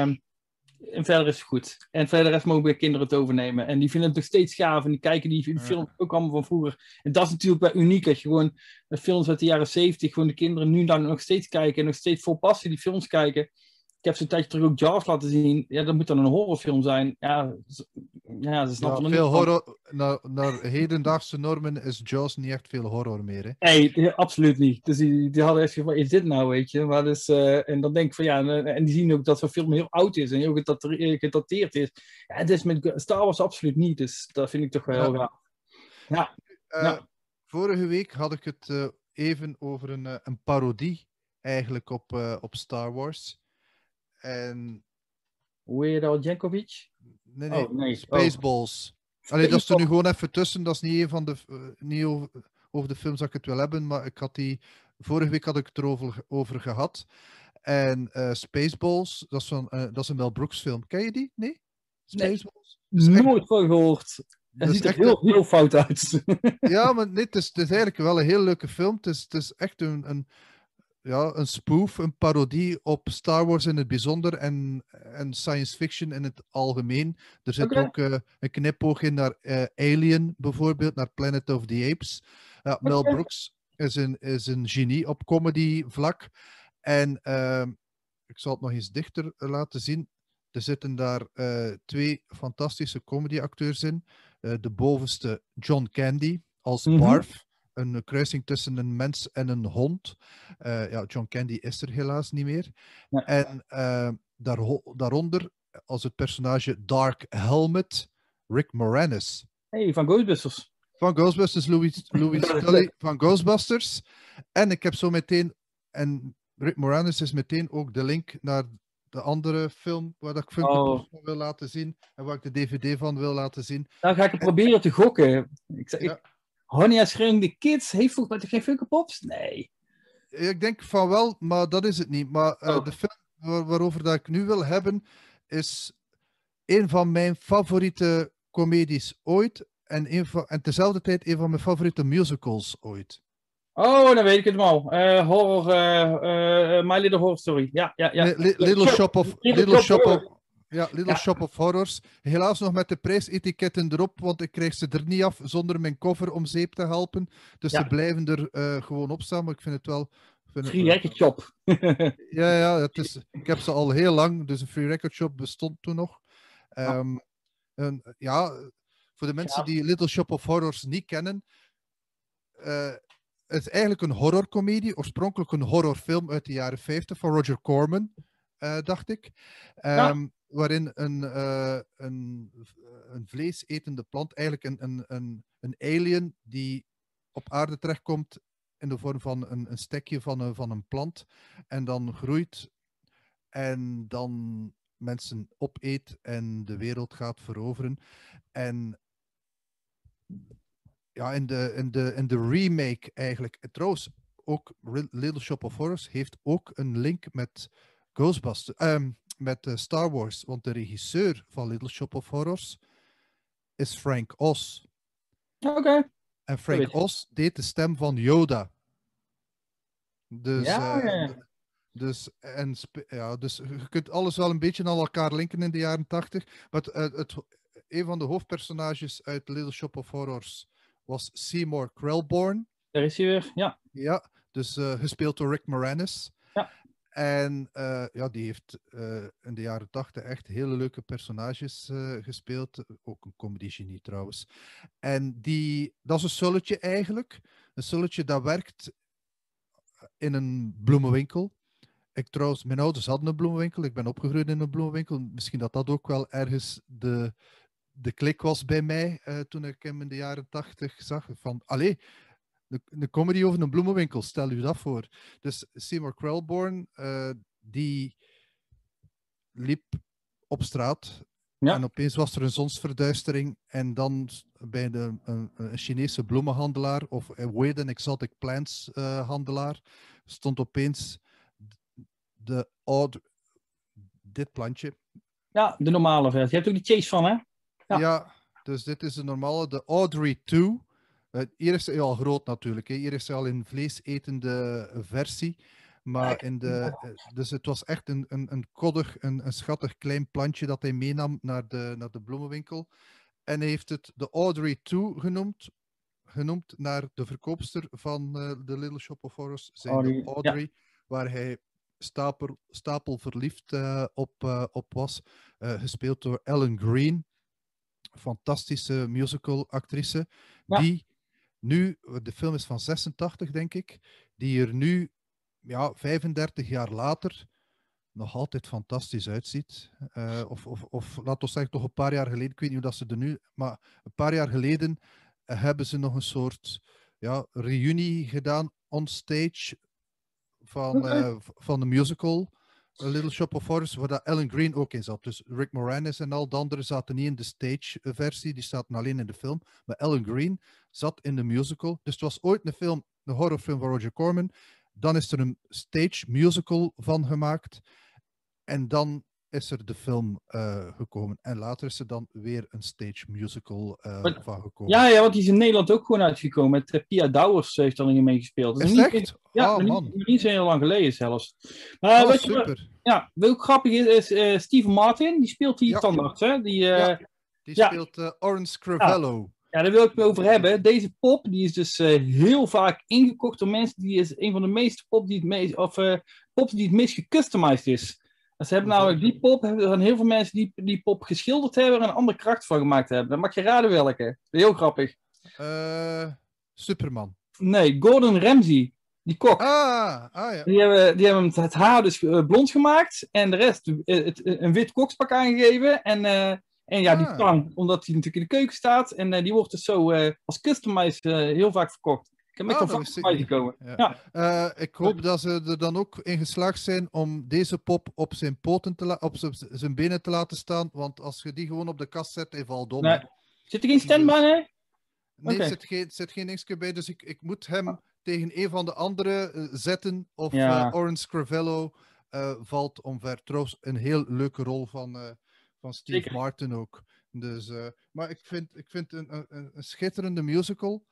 en verder is het goed. En verder is mogen weer kinderen het overnemen. En die vinden het nog steeds gaaf. En die kijken die, die films ja. ook allemaal van vroeger. En dat is natuurlijk wel uniek. Dat je gewoon de films uit de jaren zeventig, gewoon de kinderen nu dan nog steeds kijken. En nog steeds vol passie die films kijken. Ik heb zo'n tijdje terug ook Jaws laten zien. Ja, dat moet dan een horrorfilm zijn. Ja, z- ja ze snappen Ja, er niet veel van. horror. Naar, naar hedendaagse normen is Jaws niet echt veel horror meer. Hè? Nee, die- absoluut niet. Dus die, die hadden echt van, wat is dit nou, weet je? Maar dus, eh, en dan denk ik van, ja, en, en die zien ook dat zo'n film heel oud is en heel gedate- gedateerd is. Ja, het is met Star Wars absoluut niet. Dus dat vind ik toch wel Ja. heel gaaf. Ja, Uh, ja. Vorige week had ik het uh, even over een, uh, een parodie eigenlijk op, uh, op Star Wars. En... Weird Jankovic? Nee, nee, Oh, nee. Spaceballs. Oh. Allee, dat is er nu gewoon even tussen. Dat is niet een van de... Uh, niet over, over de films dat ik het wil hebben, maar ik had die... Vorige week had ik het erover over gehad. En uh, Spaceballs, dat is, van, uh, dat is een Mel Brooks film. Ken je die? Nee? Spaceballs? Nee, nooit echt... van gehoord. Het ziet er echt heel, een... heel fout uit. Ja, maar nee, het is, het is eigenlijk wel een heel leuke film. Het is, het is echt een, een, ja, een spoof, een parodie op Star Wars in het bijzonder en, en science fiction in het algemeen. Er zit okay. ook uh, een knipoog in naar uh, Alien bijvoorbeeld, naar Planet of the Apes. Uh, Mel okay. Brooks is een, is een genie op comedy vlak. En uh, ik zal het nog eens dichter laten zien. Er zitten daar uh, twee fantastische comedyacteurs in. Uh, de bovenste, John Candy, als mm-hmm. Barf. Een kruising tussen een mens en een hond. Uh, ja, John Candy is er helaas niet meer. Ja. En uh, daar, daaronder, als het personage Dark Helmet, Rick Moranis. Hey, van Ghostbusters. Van Ghostbusters, Louis, Louis Tully van Ghostbusters. En ik heb zo meteen... En Rick Moranis is meteen ook de link naar de andere film waar ik Funko Pops van wil laten zien en waar ik de D V D van wil laten zien. Dan ga ik het en... proberen te gokken. Ik zeg, ja. ik... Honey Schreeuwende Kids heeft volgens mij geen Funko Pops? Nee. Ik denk van wel, maar dat is het niet. Maar uh, oh. de film waar, waarover dat ik nu wil hebben is een van mijn favoriete comedies ooit en, een van, en tezelfde tijd een van mijn favoriete musicals ooit. Oh, dan weet ik het al. Uh, horror, uh, uh, My Little Horror Story. Ja, ja, ja. Little, little Shop of Little, little Shop of Ja, Little ja. Shop of Horrors. Helaas nog met de prijsetiketten erop, want ik krijg ze er niet af zonder mijn cover om zeep te helpen. Dus ja. ze blijven er uh, gewoon op staan, maar ik vind het wel... Free Record Shop. ja, ja het is, ik heb ze al heel lang, dus een Free Record Shop bestond toen nog. Um, oh. en, ja, voor de mensen ja. die Little Shop of Horrors niet kennen... Uh, het is eigenlijk een horrorcomedie, oorspronkelijk een horrorfilm uit de jaren vijftig van Roger Corman, uh, dacht ik. Um, ja. Waarin een, uh, een, een vleesetende plant, eigenlijk een, een, een, een alien die op aarde terechtkomt in de vorm van een, een stekje van een, van een plant en dan groeit en dan mensen opeet en de wereld gaat veroveren. En ja, in de, in de, in de remake eigenlijk, trouwens ook Little Shop of Horrors heeft ook een link met Ghostbusters, um, met uh, Star Wars, want de regisseur van Little Shop of Horrors is Frank Oz. Oké. Okay. En Frank Oz deed de stem van Yoda. Dus, ja, uh, ja. d- dus, en, ja, dus je kunt alles wel een beetje aan elkaar linken in de jaren tachtig. Maar het, het, een van de hoofdpersonages uit Little Shop of Horrors was Seymour Krelborn. Daar is hij weer, ja. Ja, dus uh, gespeeld door Rick Moranis. Ja. En uh, ja, die heeft uh, in de jaren tachtig echt hele leuke personages uh, gespeeld. Ook een comedy-genie trouwens. En die, dat is een sulletje eigenlijk. Een sulletje dat werkt in een bloemenwinkel. Ik trouwens, mijn ouders hadden een bloemenwinkel. Ik ben opgegroeid in een bloemenwinkel. Misschien dat dat ook wel ergens de, de klik was bij mij uh, toen ik hem in de jaren tachtig zag. Van, allee, een comedy over een bloemenwinkel, stel u dat voor. Dus Seymour Krelborn, uh, die liep op straat ja. en opeens was er een zonsverduistering en dan bij de, een, een Chinese bloemenhandelaar of een Weird and Exotic Plants uh, handelaar stond opeens de oud dit plantje. Ja, de normale versie. Je hebt ook die chase van, hè? Ja, ja, dus dit is de normale, de Audrey twee. Uh, hier is hij al groot natuurlijk. Hè. Hier is hij al in vleesetende versie. Maar in de, uh, dus het was echt een, een, een koddig, een, een schattig klein plantje dat hij meenam naar de, naar de bloemenwinkel. En hij heeft het de Audrey twee genoemd. Genoemd naar de verkoopster van uh, de Little Shop of Horrors. Zijn Audrey, Audrey ja. Waar hij stapel, stapel verliefd uh, op, uh, op was. Uh, gespeeld door Ellen Greene. Fantastische musical-actrice. Ja. Die nu, de film is van zesentachtig, denk ik. Die er nu, ja, vijfendertig jaar later, nog altijd fantastisch uitziet. Uh, of, of, of laten we zeggen, toch een paar jaar geleden, ik weet niet hoe dat ze er nu, maar een paar jaar geleden uh, hebben ze nog een soort ja, reunie gedaan on stage van, Okay. uh, van de musical A Little Shop of Horrors, waar dat Ellen Greene ook in zat. Dus Rick Moranis en al de anderen zaten niet in de stage-versie, die zaten alleen in de film. Maar Ellen Greene zat in de musical. Dus het was ooit een film, een horrorfilm van Roger Corman. Dan is er een stage musical van gemaakt. En dan is er de film uh, gekomen. En later is er dan weer een stage musical uh, maar, van gekomen. Ja, ja, want die is in Nederland ook gewoon uitgekomen. Met uh, Pia Douwers heeft dan in meegespeeld. Is het echt? Ja, oh, maar man. niet, niet zo heel lang geleden zelfs. Maar oh, wat super. Je, ja, wat ook grappig is, is uh, Steven Martin. Die speelt die ja. tandarts, hè? Die, uh, ja, die ja. speelt uh, Orange Cravello. Ja. Ja, daar wil ik het over hebben. Deze pop die is dus uh, heel vaak ingekocht door mensen. Die is een van de meeste pop die het meest, of, uh, pops die het meest gecustomized is. En ze hebben namelijk die pop, er zijn heel veel mensen die die pop geschilderd hebben en een ander karakter van gemaakt hebben. Dan mag je raden welke. Heel grappig. Uh, Superman. Nee, Gordon Ramsay. Die kok. Ah, ah ja. Die hebben, die hebben het haar dus uh, blond gemaakt en de rest uh, het, een wit kokspak aangegeven. En, uh, en ja, ah. die tang, omdat die natuurlijk in de keuken staat. En uh, die wordt dus zo uh, als customized uh, heel vaak verkocht. Ik heb met ah, van vaak gekomen. Ja. Ja. Uh, ik hoop dat ze er dan ook in geslaagd zijn om deze pop op zijn poten te la- op zijn benen te laten staan. Want als je die gewoon op de kast zet, hij valt om. Nee. Zit er geen standby, hè? Nee, er zit geen, zit geen niks bij. Dus ik, ik moet hem ah. tegen een van de andere uh, zetten. Of ja. uh, Orange Cravello uh, valt omver. Trouwens, een heel leuke rol van, uh, van Steve Zeker. Martin ook. Dus, uh, maar ik vind, ik vind een, een, een schitterende musical.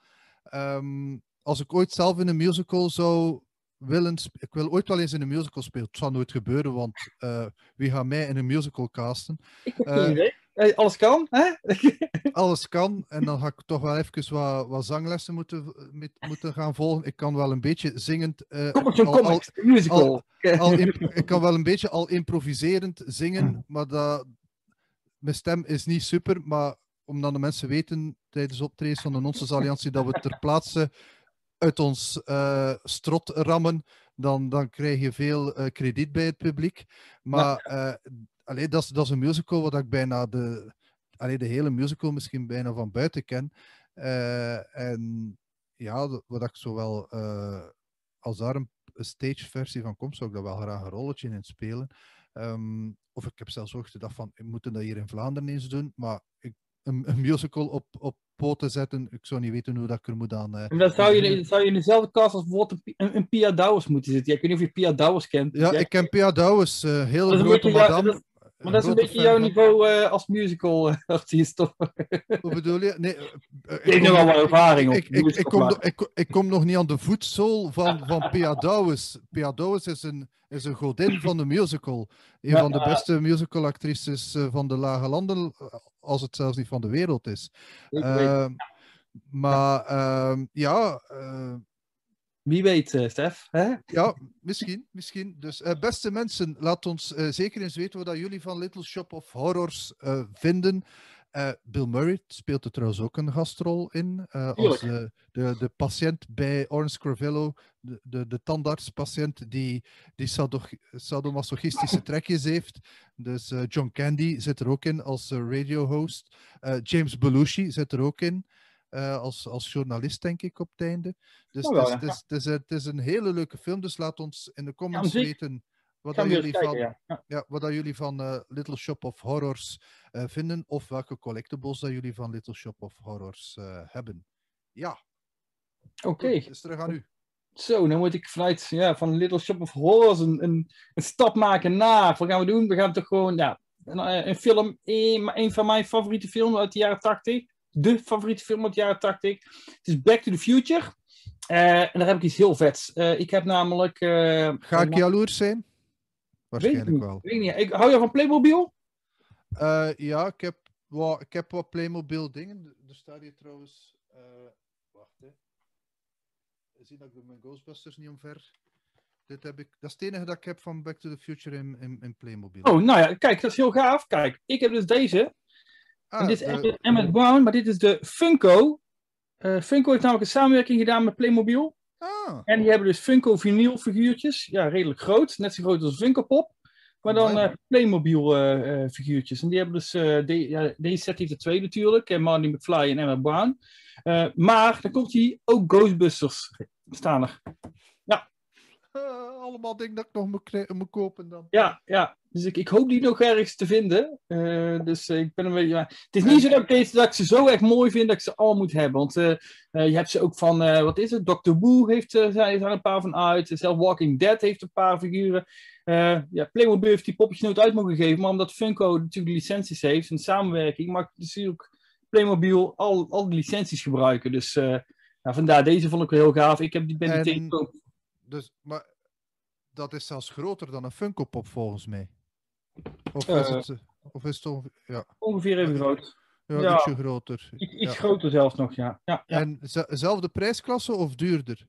Um, als ik ooit zelf in een musical zou willen... Sp- ik wil ooit wel eens in een musical spelen. Het zal nooit gebeuren, want uh, wie gaat mij in een musical casten? Ik heb geen idee. Uh, alles kan, hè? Alles kan. En dan ga ik toch wel even wat, wat zanglessen moeten, met, moeten gaan volgen. Ik kan wel een beetje zingend... Uh, Kom op zo'n comics, musical. Al, al imp- ik kan wel een beetje al improviserend zingen, maar dat, mijn stem is niet super, maar omdat de mensen weten tijdens optredens van de Nonsens Alliantie dat we ter plaatse uit ons uh, strot rammen, dan, dan krijg je veel uh, krediet bij het publiek. Maar uh, allee, dat, is, dat is een musical wat ik bijna de, allee, de hele musical misschien bijna van buiten ken. Uh, en ja, wat ik zowel uh, als daar een, een stageversie van komt, zou ik daar wel graag een rolletje in spelen. Um, of ik heb zelfs ook gedacht van, we moeten dat hier in Vlaanderen eens doen, maar ik, een, een musical op, op poten zetten, ik zou niet weten hoe dat ik er moet aan... Uh, en dan zou je, zou je in dezelfde cast als bijvoorbeeld een, een Pia Douwers moeten zitten. Ja, ik weet niet of je Pia Douwers kent. Ja, ja, ik ken Pia Douwers, uh, heel grote madame. Ja, dat, maar dat is een beetje jouw van... niveau uh, als musical uh, artiest, toch? Hoe bedoel je? Nee, uh, ik heb nog wel wat ervaring ik, op. Ik, ik, ik, kom, ik, ik kom nog niet aan de voetzool van, van Pia Douwers. Pia Douwers is een, is een godin van de musical. Een ja, van de beste uh, musicalactrices uh, van de Lage Landen, als het zelfs niet van de wereld is. Uh, maar uh, ja... Uh, Wie weet, uh, Stef. Hè? Ja, misschien. misschien. Dus uh, beste mensen, laat ons uh, zeker eens weten wat jullie van Little Shop of Horrors uh, vinden. Uh, Bill Murray speelt er trouwens ook een gastrol in. Uh, als de, de, de patiënt bij Orange Cravello, de, de, de tandartspatiënt die, die sadomasochistische trekjes heeft. Dus uh, John Candy zit er ook in als uh, radio-host. Uh, James Belushi zit er ook in. Uh, als, als journalist, denk ik, op het einde. Dus oh, het, is, ja. het, is, het, is, het is een hele leuke film. Dus laat ons in de comments ja, weten wat, dat jullie, kijken, van, ja. Ja. Ja, wat dat jullie van uh, Little Shop of Horrors uh, vinden. Of welke collectibles dat jullie van Little Shop of Horrors uh, hebben. Ja. Oké. Okay. Dus terug aan u. Zo, dan moet ik vanuit ja, van Little Shop of Horrors een, een, een stap maken naar. Wat gaan we doen? We gaan toch gewoon... Ja, een, een film, een, een van mijn favoriete films uit de jaren tachtig. De favoriete film uit de jaren tachtig. Het is Back to the Future. Uh, en daar heb ik iets heel vets. Uh, ik heb namelijk... Uh, Ga ik jaloers zijn? Waarschijnlijk weet wel. Weet niet. Ik, hou je van Playmobil? Uh, ja, ik heb, wow, ik heb wat Playmobil dingen. Er staat hier trouwens... Uh, wacht, hè. Zie dat ik mijn Ghostbusters niet omver Dit heb ik, dat is het enige dat ik heb van Back to the Future in, in, in Playmobil. Oh, nou ja, kijk, dat is heel gaaf. Kijk, ik heb dus deze. Ah, en dit is de- Emmett Emmett Brown, maar dit is de Funko. Eh, Funko heeft namelijk een samenwerking gedaan met Playmobil. ah, En die hebben dus Funko vinyl figuurtjes. Ja, redelijk groot. Net zo groot als een Funko Pop. Maar dan amai. eh, Playmobil eh, eh, figuurtjes. En die hebben dus... eh, de, ja, deze set heeft er twee natuurlijk. En Marty McFly en Emmett Brown. Eh, maar dan komt hier ook Ghostbusters staan er. Ah, allemaal dingen dat ik nog moet, kri- moet kopen dan. Ja, ja. Dus ik, ik hoop die nog ergens te vinden. Eh, dus eh, ik ben een beetje... ja. Het is En- niet zo dat ik, deze, dat ik ze zo erg mooi vind dat ik ze allemaal moet hebben. Want eh, eh, je hebt ze ook van... eh, wat is het? doctor Who heeft er zijn er een paar van uit. Zelf Walking Dead heeft een paar figuren. Eh, ja, Playmobil heeft die poppetjes nooit uit mogen geven. Maar omdat Funko natuurlijk licenties heeft, een samenwerking, mag natuurlijk Playmobil al, al die licenties gebruiken. Dus eh, nou, vandaar, deze vond ik wel heel gaaf. Ik heb die ben die En- tegengekomen. Dus, maar dat is zelfs groter dan een Funko Pop volgens mij. Of Eh. is het, eh, of is het onge- ja, Ongeveer even groot. ja, ja. ietsje groter. Iets, iets Ja. groter zelfs nog, ja. ja, ja. En ze- zelfde prijsklasse of duurder?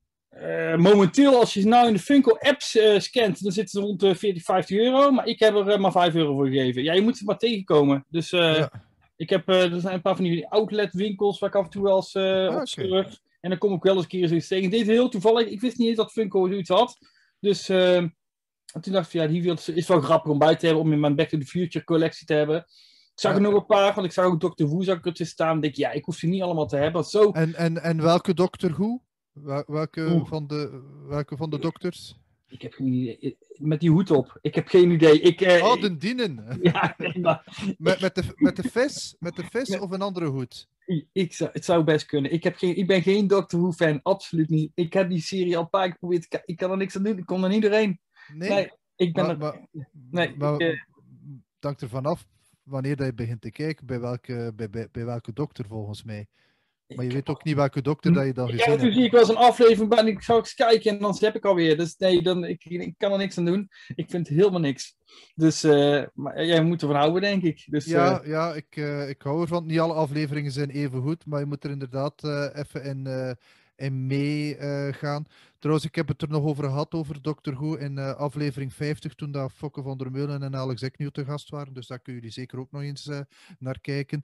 Eh, momenteel, als je ze nou in de Funko-apps eh, scant, dan zitten ze rond de veertig, vijftig euro. Maar ik heb er eh, maar vijf euro voor gegeven. Ja, je moet het maar tegenkomen. Dus eh, Ja. ik heb, eh, er zijn een paar van die outlet-winkels waar ik af en toe wel eens eh Ah, op oké. surf. En dan kom ik wel eens een keer zoiets tegen. Dit is heel toevallig. Ik wist niet eens dat Funko zoiets had. Dus eh, en toen dacht ik, ja, die wil- is wel grappig om bij te hebben. Om in mijn Back to the Future collectie te hebben. Ik zag er Ja. nog een paar, want ik zag ook doctor Who zag ik ertussen staan. Dan denk ik, ja, ik hoef ze niet allemaal te hebben. Want zo... En, en, en welke Doctor Who? Wel- Welke Oeh. van, de, welke van de dokters? Ik heb geen idee. Met die hoed op. Ik heb geen idee. Ik, eh, Oh, de dienen. ja, nee, maar Met, met, de, met de vis? Met de vis Met- of een andere hoed? ik, ik zou, het zou best kunnen. Ik, heb geen, ik ben geen Doctor Who fan. Absoluut niet. Ik heb die serie al een paar keer geprobeerd. te ki- Ik kan er niks aan doen. Ik kom er niet doorheen. Nee? Nee, ik ben Maar, er... maar, nee, maar ik, eh, dank ervan af wanneer dat je begint te kijken bij welke, bij, bij, bij welke dokter volgens mij. Maar je ik weet heb ook niet welke dokter dat je dan Ja, gezien toen hebt. zie ik wel eens een aflevering bij en ik zou eens kijken en dan heb ik alweer. Dus nee, dan, ik, ik kan er niks aan doen. Ik vind helemaal niks. Dus eh, maar jij moet ervan houden, denk ik. Dus, Ja, eh, ja ik, eh, ik hou ervan. Niet alle afleveringen zijn even goed, maar je moet er inderdaad eh, even in, eh, in mee eh, gaan. Trouwens, ik heb het er nog over gehad, over Doctor Who, in eh, aflevering vijftig, toen dat Fokke van der Meulen en Alex Eknieuw te gast waren. Dus daar kunnen jullie zeker ook nog eens eh, naar kijken.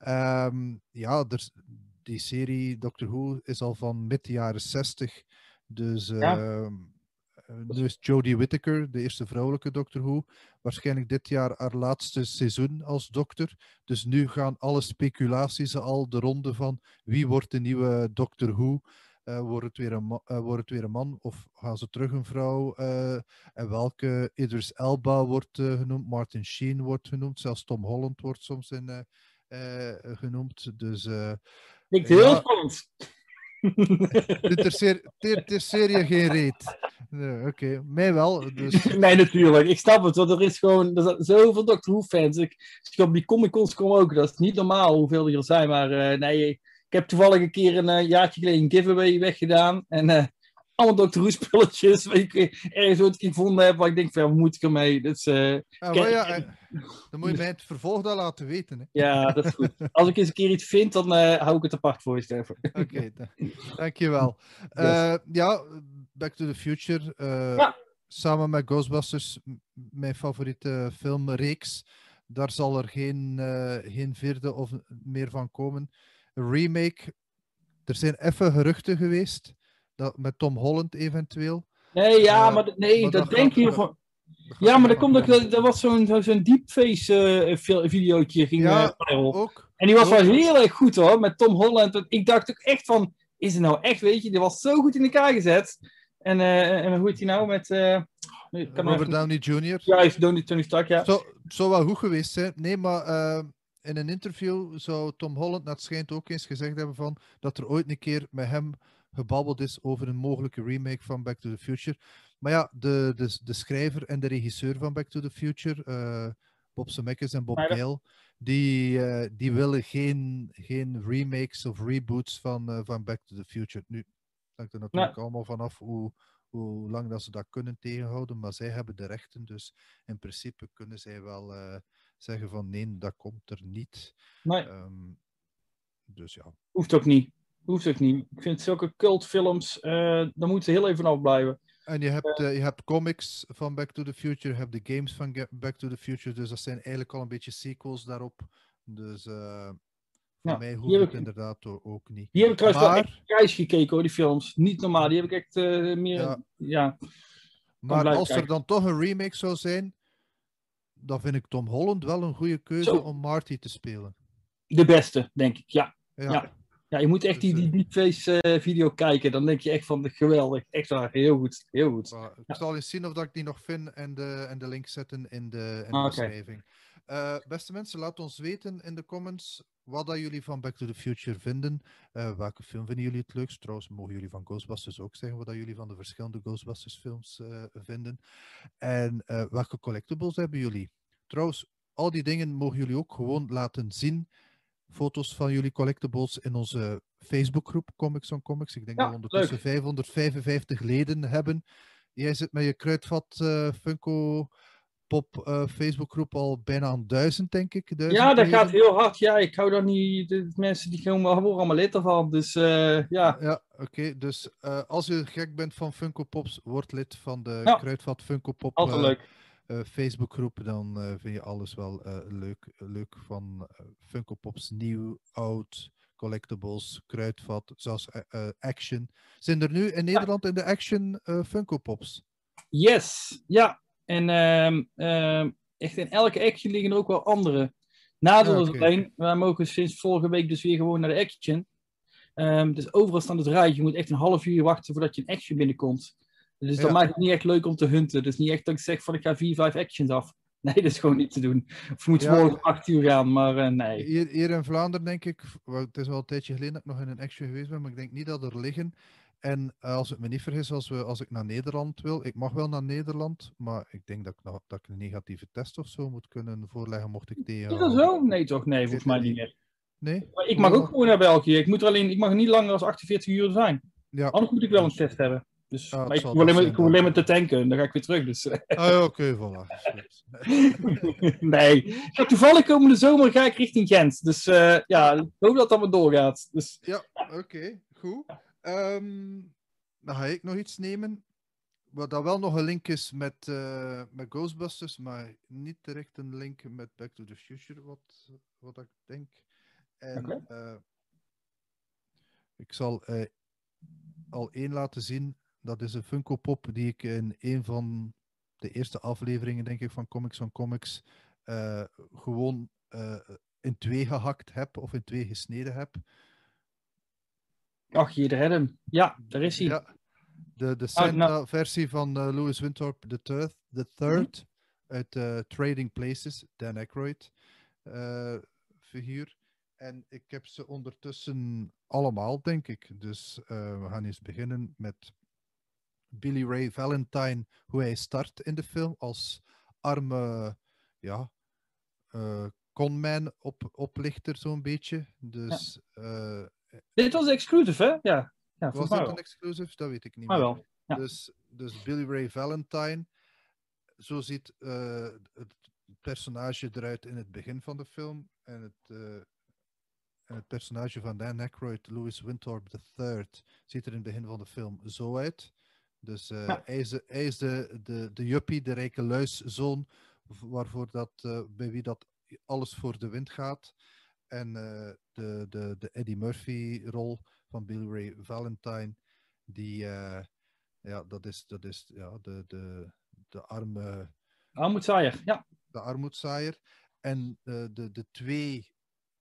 Ehm, ja, er, die serie Doctor Who is al van midden jaren zestig. Dus Ja. ehm, eh, nu is Jodie Whittaker, de eerste vrouwelijke Doctor Who, waarschijnlijk dit jaar haar laatste seizoen als dokter. Dus nu gaan alle speculaties al de ronde van wie wordt de nieuwe Doctor Who. Uh, wordt, het weer een ma- uh, wordt het weer een man of gaan ze terug een vrouw? Uh, en welke Idris Elba wordt uh, genoemd, Martin Sheen wordt genoemd, zelfs Tom Holland wordt soms in, uh, uh, genoemd. Dus, uh, klinkt heel ja, spannend. Het interesseert je geen reet. Nee, Oké, okay. mij wel. Dus... Nee, natuurlijk. Ik snap het, want er is gewoon er zijn zoveel Doctor Who fans. Ik, ik op die Comic-Cons kom ook. Dat is niet normaal hoeveel er zijn. Maar uh, nee, ik heb toevallig een keer een uh, jaartje geleden een giveaway weggedaan. En uh, allemaal Doctor Who spulletjes. Waar ik ergens ooit gevonden heb. Waar ik denk van, ja, wat moet ik ermee? Dus, uh, ah, kijk, ja, uh, dan moet je mij het vervolg dan laten weten. Hè? Ja, dat is goed. Als ik eens een keer iets vind, dan uh, hou ik het apart voor je, Stefan. Oké, okay, dankjewel. Uh, yes. Ja, Back to the Future. Uh, ja. Samen met Ghostbusters, mijn favoriete filmreeks. Daar zal er geen, uh, geen vierde of meer van komen. Een remake. Er zijn even geruchten geweest. Dat, met Tom Holland eventueel. Nee, ja, uh, maar, nee, maar dat, dat denk je van... Ja, maar dat komt ook, dat, dat was zo'n zo, zo'n deepface uh, videootje ging ja, uh, ook. En die was ook. wel heel erg goed hoor, met Tom Holland. Ik dacht ook echt van, is het nou echt, weet je, die was zo goed in elkaar gezet. En, uh, en hoe heet hij nou met... Uh, kan Robert even... Downey junior Ja, is Tony, Tony Stark, ja. Zo, het zou wel goed geweest zijn. Nee, maar uh, in een interview zou Tom Holland, dat schijnt ook eens gezegd hebben van, dat er ooit een keer met hem gebabbeld is over een mogelijke remake van Back to the Future. Maar ja, de, de, de schrijver en de regisseur van Back to the Future, uh, Bob Zemeckis en Bob ja, Gale, die, uh, die willen geen, geen remakes of reboots van, uh, van Back to the Future. Nu hangt er natuurlijk nee. allemaal vanaf hoe, hoe lang dat ze dat kunnen tegenhouden, maar zij hebben de rechten, dus in principe kunnen zij wel uh, zeggen van nee, dat komt er niet. Nee. Um, dus ja. Hoeft ook niet. Hoeft ook niet. Ik vind zulke cultfilms, uh, daar moeten ze heel even afblijven. En je hebt, uh, je hebt comics van Back to the Future, je hebt de games van Ga- Back to the Future, dus dat zijn eigenlijk al een beetje sequels daarop. Dus uh, voor Ja, mij hoeft die heb het ik, inderdaad o- ook niet. die heb ik trouwens wel echt Maar, prijs gekeken hoor, die films. Niet normaal, die heb ik echt uh, meer, ja, ja, kan maar blijven als er kijken. dan toch een remake zou zijn, dan vind ik Tom Holland wel een goede keuze Zo, om Marty te spelen. de beste, denk ik, ja. Ja, Ja, ja je moet echt dus, die, die uh, Deepface uh, video kijken, dan denk je echt van geweldig. Echt waar, heel goed, heel goed. maar ik Ja. zal eens zien of dat ik die nog vind en de, en de link zetten in de, in de Ah, beschrijving. Uh, beste mensen, laat ons weten in de comments wat dat jullie van Back to the Future vinden. Uh, welke film vinden jullie het leukst? Trouwens, mogen jullie van Ghostbusters ook zeggen wat dat jullie van de verschillende Ghostbusters films uh, vinden. En uh, welke collectibles hebben jullie? Trouwens, al die dingen mogen jullie ook gewoon laten zien. Foto's van jullie collectibles in onze Facebookgroep Comics on Comics. Ik denk Ja, dat we ondertussen leuk. vijfhonderdvijfenvijftig leden hebben. Jij zit met je Kruidvat uh, Funko Pop uh, Facebookgroep al bijna aan duizend, denk ik. Duizend Ja, dat leden. gaat heel hard. Ja, ik hou dan niet. De mensen die komen worden allemaal lid ervan. Dus uh, ja. Ja, oké. Okay. Dus uh, als je gek bent van Funko Pops, word lid van de Ja, Kruidvat Funko Pop altijd uh, leuk. uh, Facebookgroep. Dan uh, vind je alles wel uh, leuk, leuk van uh, Funko Pops, nieuw, oud, collectibles, Kruidvat, zelfs uh, Action. Zijn er nu in Nederland ja. in de Action uh, Funko Pops? Yes, ja. En um, um, echt in elke Action liggen er ook wel andere. Nadeel Ah, is okay. alleen, wij mogen sinds vorige week dus weer gewoon naar de Action. Um, dus overal staan het rijtje. Je moet echt een half uur wachten voordat je een Action binnenkomt. Dus dat ja. maakt het niet echt leuk om te hunten. Dus niet echt dat ik zeg van ik ga vier, vijf Actions af. Nee, dat is gewoon niet te doen. Of je moet ja. morgen om acht uur gaan, maar uh, nee. Hier, hier in Vlaanderen denk ik, het is wel een tijdje geleden dat ik nog in een Action geweest ben, maar ik denk niet dat er liggen. En uh, als het me niet vergis, als, we, als ik naar Nederland wil, ik mag wel naar Nederland, maar ik denk dat ik, nou, dat ik een negatieve test of zo moet kunnen voorleggen, mocht ik tegen... Is dat zo? Nee toch? Nee, volgens mij niet meer. Nee? Maar ik mag ook gewoon naar België. Ik, moet er alleen, ik mag niet langer dan achtenveertig uur zijn. Ja. Anders moet ik wel dus... een test hebben. Dus, ah, maar ik hoef alleen, maar, alleen maar te tanken, dan ga ik weer terug. Dus. Ah ja, oké, okay, voilà. Nee, ja, toevallig komende zomer ga ik richting Gent. Dus uh, ja, ik hoop dat dat maar doorgaat. Dus... Ja, oké, okay, goed. Um, dan ga ik nog iets nemen. Wat dat wel nog een link is met, uh, met Ghostbusters, maar niet direct een link met Back to the Future, wat, wat ik denk. En okay. uh, ik zal uh, al één laten zien. Dat is een Funko Pop die ik in een van de eerste afleveringen, denk ik, van Comics on Comics uh, gewoon uh, in twee gehakt heb of in twee gesneden heb. Ach, je red hem. Ja, daar is hij. Ja, de, de Santa-versie van uh, Louis Winthorpe the Third, the third mm-hmm. uit uh, Trading Places, Dan Aykroyd uh, figuur. En ik heb ze ondertussen allemaal, denk ik. Dus uh, we gaan eens beginnen met Billy Ray Valentine, hoe hij start in de film als arme, ja, uh, conman op, oplichter zo'n beetje. Dus... Ja. Uh, Dit was exclusive, hè? Ja. Ja, was dit een exclusive? Dat weet ik niet maar meer. Wel. Ja. Dus, dus Billy Ray Valentine, zo ziet uh, het personage eruit in het begin van de film. En het, uh, en het personage van Dan Aykroyd, Louis Winthorpe the Third, ziet er in het begin van de film zo uit. Dus uh, ja. hij is, de, hij is de, de, de juppie, de rijke luiszoon, waarvoor dat, uh, bij wie dat alles voor de wind gaat. En uh, de, de, de Eddie Murphy-rol van Billy Ray Valentine, die, uh, ja, dat is, dat is ja, de, de, de arme... Armoedzaaier, ja. De armoedzaaier. En uh, de, de twee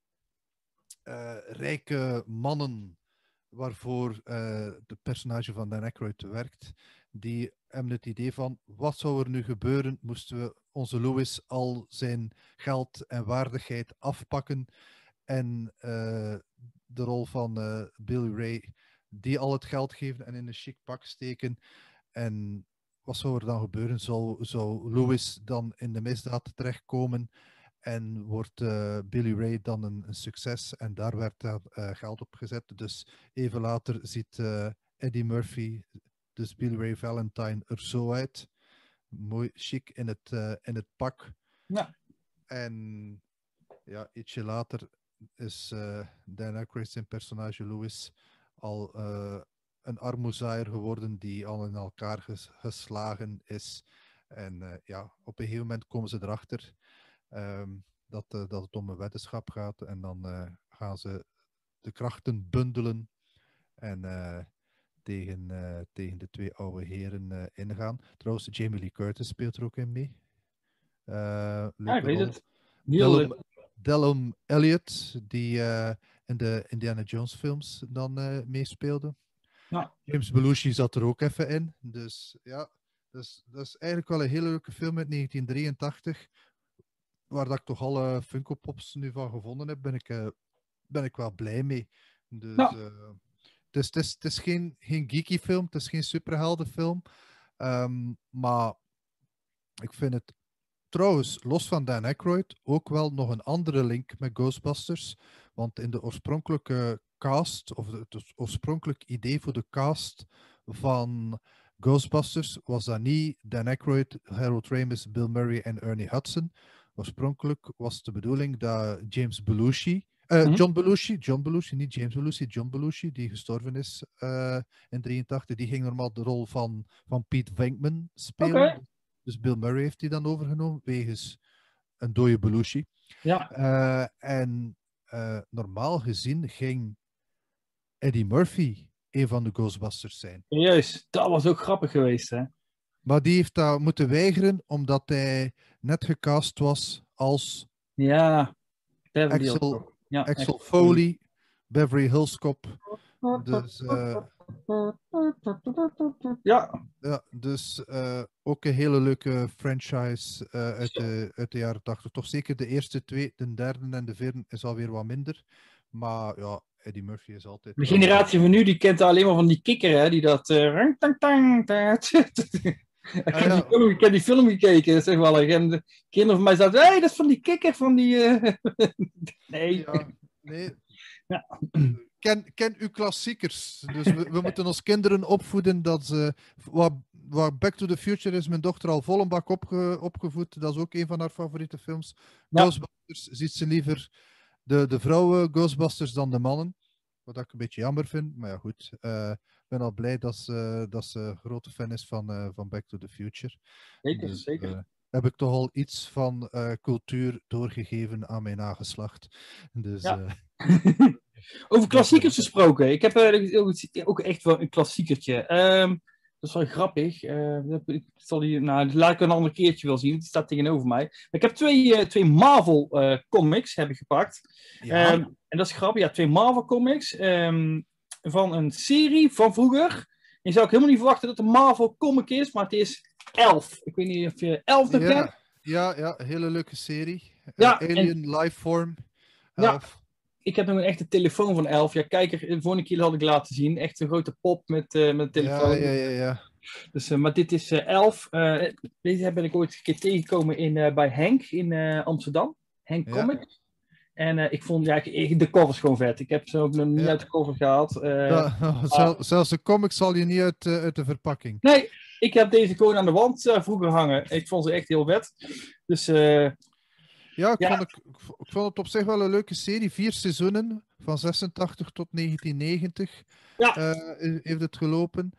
uh, rijke mannen waarvoor uh, de personage van Dan Aykroyd werkt, die hebben het idee van, wat zou er nu gebeuren moesten we onze Louis al zijn geld en waardigheid afpakken en uh, de rol van uh, Billy Ray, die al het geld geven en in een chic pak steken. En wat zou er dan gebeuren? Zou, zou Louis dan in de misdaad terechtkomen en wordt uh, Billy Ray dan een, een succes? En daar werd uh, geld op gezet. Dus even later ziet uh, Eddie Murphy, dus Billy Ray Valentine, er zo uit. Mooi chic in het, uh, in het pak. Ja. En ja, ietsje later is uh, Dan Aykroyd zijn personage Louis al uh, een armoezaaier geworden die al in elkaar ges, geslagen is. En uh, ja, op een gegeven moment komen ze erachter um, dat, uh, dat het om een weddenschap gaat. En dan uh, gaan ze de krachten bundelen en uh, tegen, uh, tegen de twee oude heren uh, ingaan. Trouwens, Jamie Lee Curtis speelt er ook in mee. Uh, ja, ik weet rol. het. Heel Dallum Elliott, die uh, in de Indiana Jones films dan uh, meespeelde. Ja. James Belushi zat er ook even in. Dus ja, dus, dat is eigenlijk wel een hele leuke film uit negentien drieëntachtig. Waar dat ik toch alle Funko Pops nu van gevonden heb, ben ik, uh, ben ik wel blij mee. Dus ja. uh, het is, het is, het is geen, geen geeky film, het is geen superheldenfilm. Um, maar ik vind het trouwens, los van Dan Aykroyd, ook wel nog een andere link met Ghostbusters. Want in de oorspronkelijke cast, of het oorspronkelijk idee voor de cast van Ghostbusters, was dat niet Dan Aykroyd, Harold Ramis, Bill Murray en Ernie Hudson. Oorspronkelijk was de bedoeling dat James Belushi, uh, mm-hmm. John Belushi, John Belushi, niet James Belushi, John Belushi, die gestorven is uh, in drieëntachtig, die ging normaal de rol van, van Pete Venkman spelen. Okay. Dus Bill Murray heeft die dan overgenomen, wegens een dode Belushi. Ja. Uh, en uh, normaal gezien ging Eddie Murphy een van de Ghostbusters zijn. Juist, dat was ook grappig geweest, hè? Maar die heeft dat moeten weigeren, omdat hij net gecast was als ja, Axel, ja, Axel Foley, Beverly Hills Cop. Dus, uh, ja. ja, dus uh, ook een hele leuke franchise uh, uit, de, uit de jaren tachtig. Toch zeker de eerste twee, de derde en de vierde is alweer wat minder. Maar ja, Eddie Murphy is altijd... De generatie van nu, die kent alleen maar van die kikker, hè, die dat... Uh, tang, tang, tang, ik, heb ah, ja. die film, ik heb die film gekeken, dat is echt wel. En de kinderen van mij zeiden, hé, hey, dat is van die kikker, van die... Uh... nee. Ja, nee. Ja. Ken, ken uw klassiekers. Dus we, we moeten ons kinderen opvoeden dat ze... Wat, wat Back to the Future is mijn dochter al vol een bak opge, opgevoed. Dat is ook een van haar favoriete films. Ja. Ghostbusters ziet ze liever de, de vrouwen Ghostbusters dan de mannen. Wat ik een beetje jammer vind. Maar ja, goed. Ik uh, ben al blij dat ze, dat ze grote fan is van, uh, van Back to the Future. Zeker, dus, zeker. Uh, heb ik toch al iets van uh, cultuur doorgegeven aan mijn nageslacht. Dus... Ja. Uh, Over klassiekers gesproken. Ik heb uh, ook echt wel een klassiekertje. Um, dat is wel grappig. Uh, ik zal die, nou, laat ik een ander keertje wel zien. Het staat tegenover mij. Maar ik heb twee, uh, twee Marvel uh, comics heb ik gepakt. Ja. Um, en dat is grappig. Ja, twee Marvel comics. Um, van een serie van vroeger. Je zou ook helemaal niet verwachten dat het een Marvel comic is. Maar het is Elf. Ik weet niet of je Elf nog ja. kent. Ja, ja, een hele leuke serie. Ja, uh, Alien en... Lifeform. Elf. Ja. Ik heb nog een echte telefoon van Elf. Ja, kijk, de vorige keer had ik laten zien. Echt een grote pop met, uh, met telefoon. Ja, ja, ja. ja. Dus, uh, maar dit is uh, Elf. Uh, deze ben ik ooit een keer tegengekomen in, uh, bij Henk in uh, Amsterdam. Henk ja. Comics. En uh, ik vond, ja, ik, de cover is gewoon vet. Ik heb ze ook nog niet ja. uit de cover gehaald. Uh, ja, oh, zel, uh, zelfs de comics zal je niet uit, uh, uit de verpakking. Nee, ik heb deze gewoon aan de wand uh, vroeger hangen. Ik vond ze echt heel vet. Dus... Uh, Ja, ik, ja. Vond ik, ik vond het op zich wel een leuke serie. Vier seizoenen, van zesentachtig tot negentien negentig ja. uh, heeft het gelopen.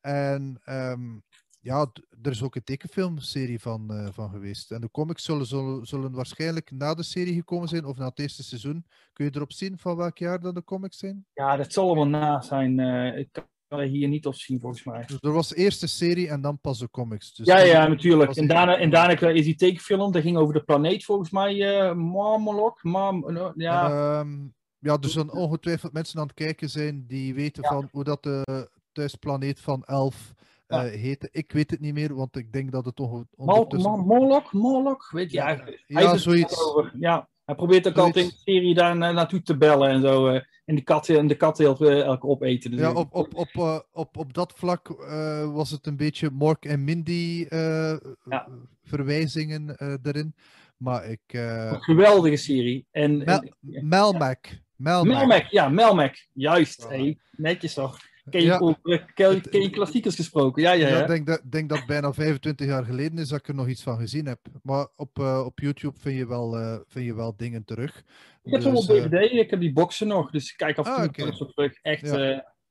En um, ja, er is ook een tekenfilmserie van, uh, van geweest. En de comics zullen, zullen, zullen waarschijnlijk na de serie gekomen zijn, of na het eerste seizoen. Kun je erop zien van welk jaar dat de comics zijn? Ja, dat zal allemaal na zijn. Uh, ik kan er hier niet op zien, volgens mij. Dus er was eerst de serie en dan pas de comics. Dus ja, ja, natuurlijk. En daarna, en daarna is die tekenfilm, dat ging over de planeet, volgens mij. Uh, Marmolok, Mam, uh, ja. Um, ja, er zullen ongetwijfeld mensen aan het kijken zijn die weten ja. van hoe dat de thuisplaneet van Elf uh, ja. heette. Ik weet het niet meer, want ik denk dat het toch ondertussen... Molok, Molok, weet je ja, eigenlijk. Ja, ja zoiets. Over. Ja, hij probeert ook altijd in de serie daar na naartoe te bellen en zo. Uh, en de kat, en de kat heel uh, elke opeten. Dus ja, op, op, op, uh, op, op dat vlak uh, was het een beetje Mork en Mindy uh, ja. verwijzingen uh, erin. Maar ik... Uh... Een geweldige serie. En, Mel en, Melmac. Melmac. Melmac, ja, Melmac. Juist. Oh. Hey, netjes toch. Ken je, ja. over, ken, ken je klassiekers gesproken? Ja, ja, ja. Ik denk dat, denk dat het bijna vijfentwintig jaar geleden is dat ik er nog iets van gezien heb. Maar op, uh, op YouTube vind je, wel, uh, vind je wel dingen terug. Ik heb dus, zo'n D V D, uh... ik heb die boxen nog. Dus ik kijk af en toe ah, okay. terug. Echt, ja. uh,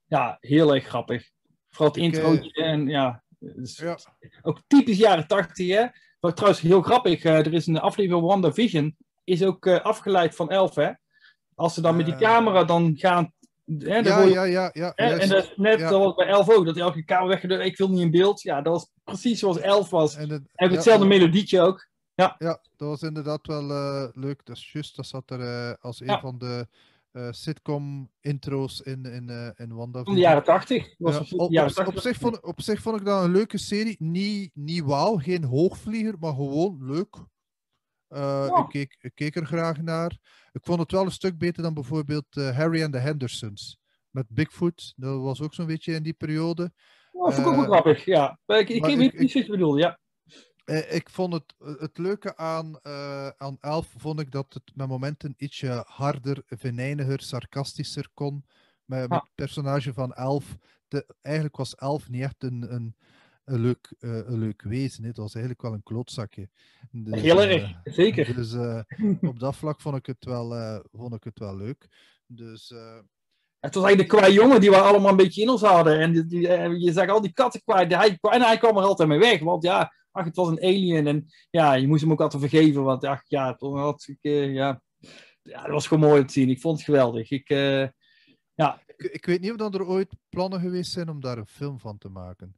Ja, heel erg grappig. Vooral het Ik, eh, introotje en ja, dus ja. ook typisch jaren tachtig, hè. Wat trouwens heel grappig, uh, er is een aflevering van WandaVision, is ook uh, afgeleid van Elf, hè. Als ze dan met die Uh, camera dan gaan, hè, dan ja, hoor je, ja, ja, ja, hè, en dat is juist. net, Ja, dat was bij Elf ook, dat elke camera weggedrukt, ik wil niet in beeld. Ja, dat was precies zoals Elf was. en het, En ja, hetzelfde dat, melodietje ook. Ja, ja, dat was inderdaad wel uh, leuk. Dat is juist, dat zat er uh, als een ja, van de uh, sitcom-intro's in, in, uh, in van de WandaVision. jaren tachtig. Was Uh, van de op, jaren op, tachtig. zich vond, op zich vond ik dat een leuke serie. Niet, niet wauw, geen hoogvlieger, maar gewoon leuk. Uh, Ja. ik, keek, ik keek er graag naar. Ik vond het wel een stuk beter dan bijvoorbeeld uh, Harry and the Hendersons. Met Bigfoot. Dat was ook zo'n beetje in die periode. Dat vond ik ook wel grappig, ja. Ik, ik maar weet ik, precies wat je bedoelt, ja. Eh, Ik vond het, het leuke aan, uh, aan Elf, vond ik dat het met momenten ietsje harder, venijniger, sarcastischer kon. Met, met Ja. het personage van Elf. De, eigenlijk was Elf niet echt een, een, een, leuk, uh, een leuk wezen. Hè. Het was eigenlijk wel een klootzakje. Dus, Heel uh, erg, zeker. Dus uh, op dat vlak vond ik het wel, uh, vond ik het wel leuk. Dus... Uh, Het was eigenlijk de kwaai jongen die we allemaal een beetje in ons hadden. En die, die, je zag al die katten kwijt. Hij, en hij kwam er altijd mee weg. Want ja, ach, het was een alien. En ja, je moest hem ook altijd vergeven. Want ach, ja, het had, ik, uh, ja, ja, dat was gewoon mooi om te zien. Ik vond het geweldig. Ik, uh, ja. ik, ik weet niet of er ooit plannen geweest zijn om daar een film van te maken.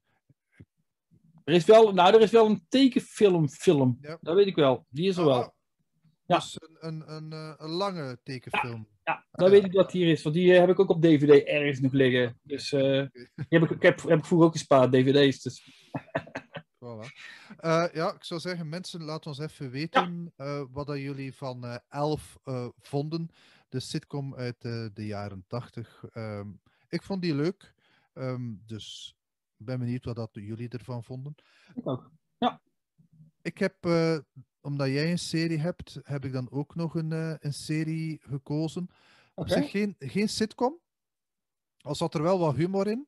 Er is wel, nou, er is wel een tekenfilm. Film. Ja. Dat weet ik wel. Die is er ah, wel. Ah. Ja. Dus een, een, een, een lange tekenfilm. Ja, ja dat ah, weet ja. ik dat hier is. Want die uh, heb ik ook op D V D ergens nog liggen. Dus uh, okay. die heb ik, ik heb, heb ik vroeger ook gespaard, D V D's. Dus. Voilà. Uh, ja, ik zou zeggen, mensen, laat ons even weten ja. uh, wat dat jullie van uh, Elf uh, vonden. De sitcom uit uh, de jaren tachtig. Um, ik vond die leuk. Um, dus ik ben benieuwd wat dat jullie ervan vonden. Ik ook. Ja. Ik heb... Uh, omdat jij een serie hebt, heb ik dan ook nog een, uh, een serie gekozen. Op okay. zich geen, geen sitcom. Al zat er wel wat humor in.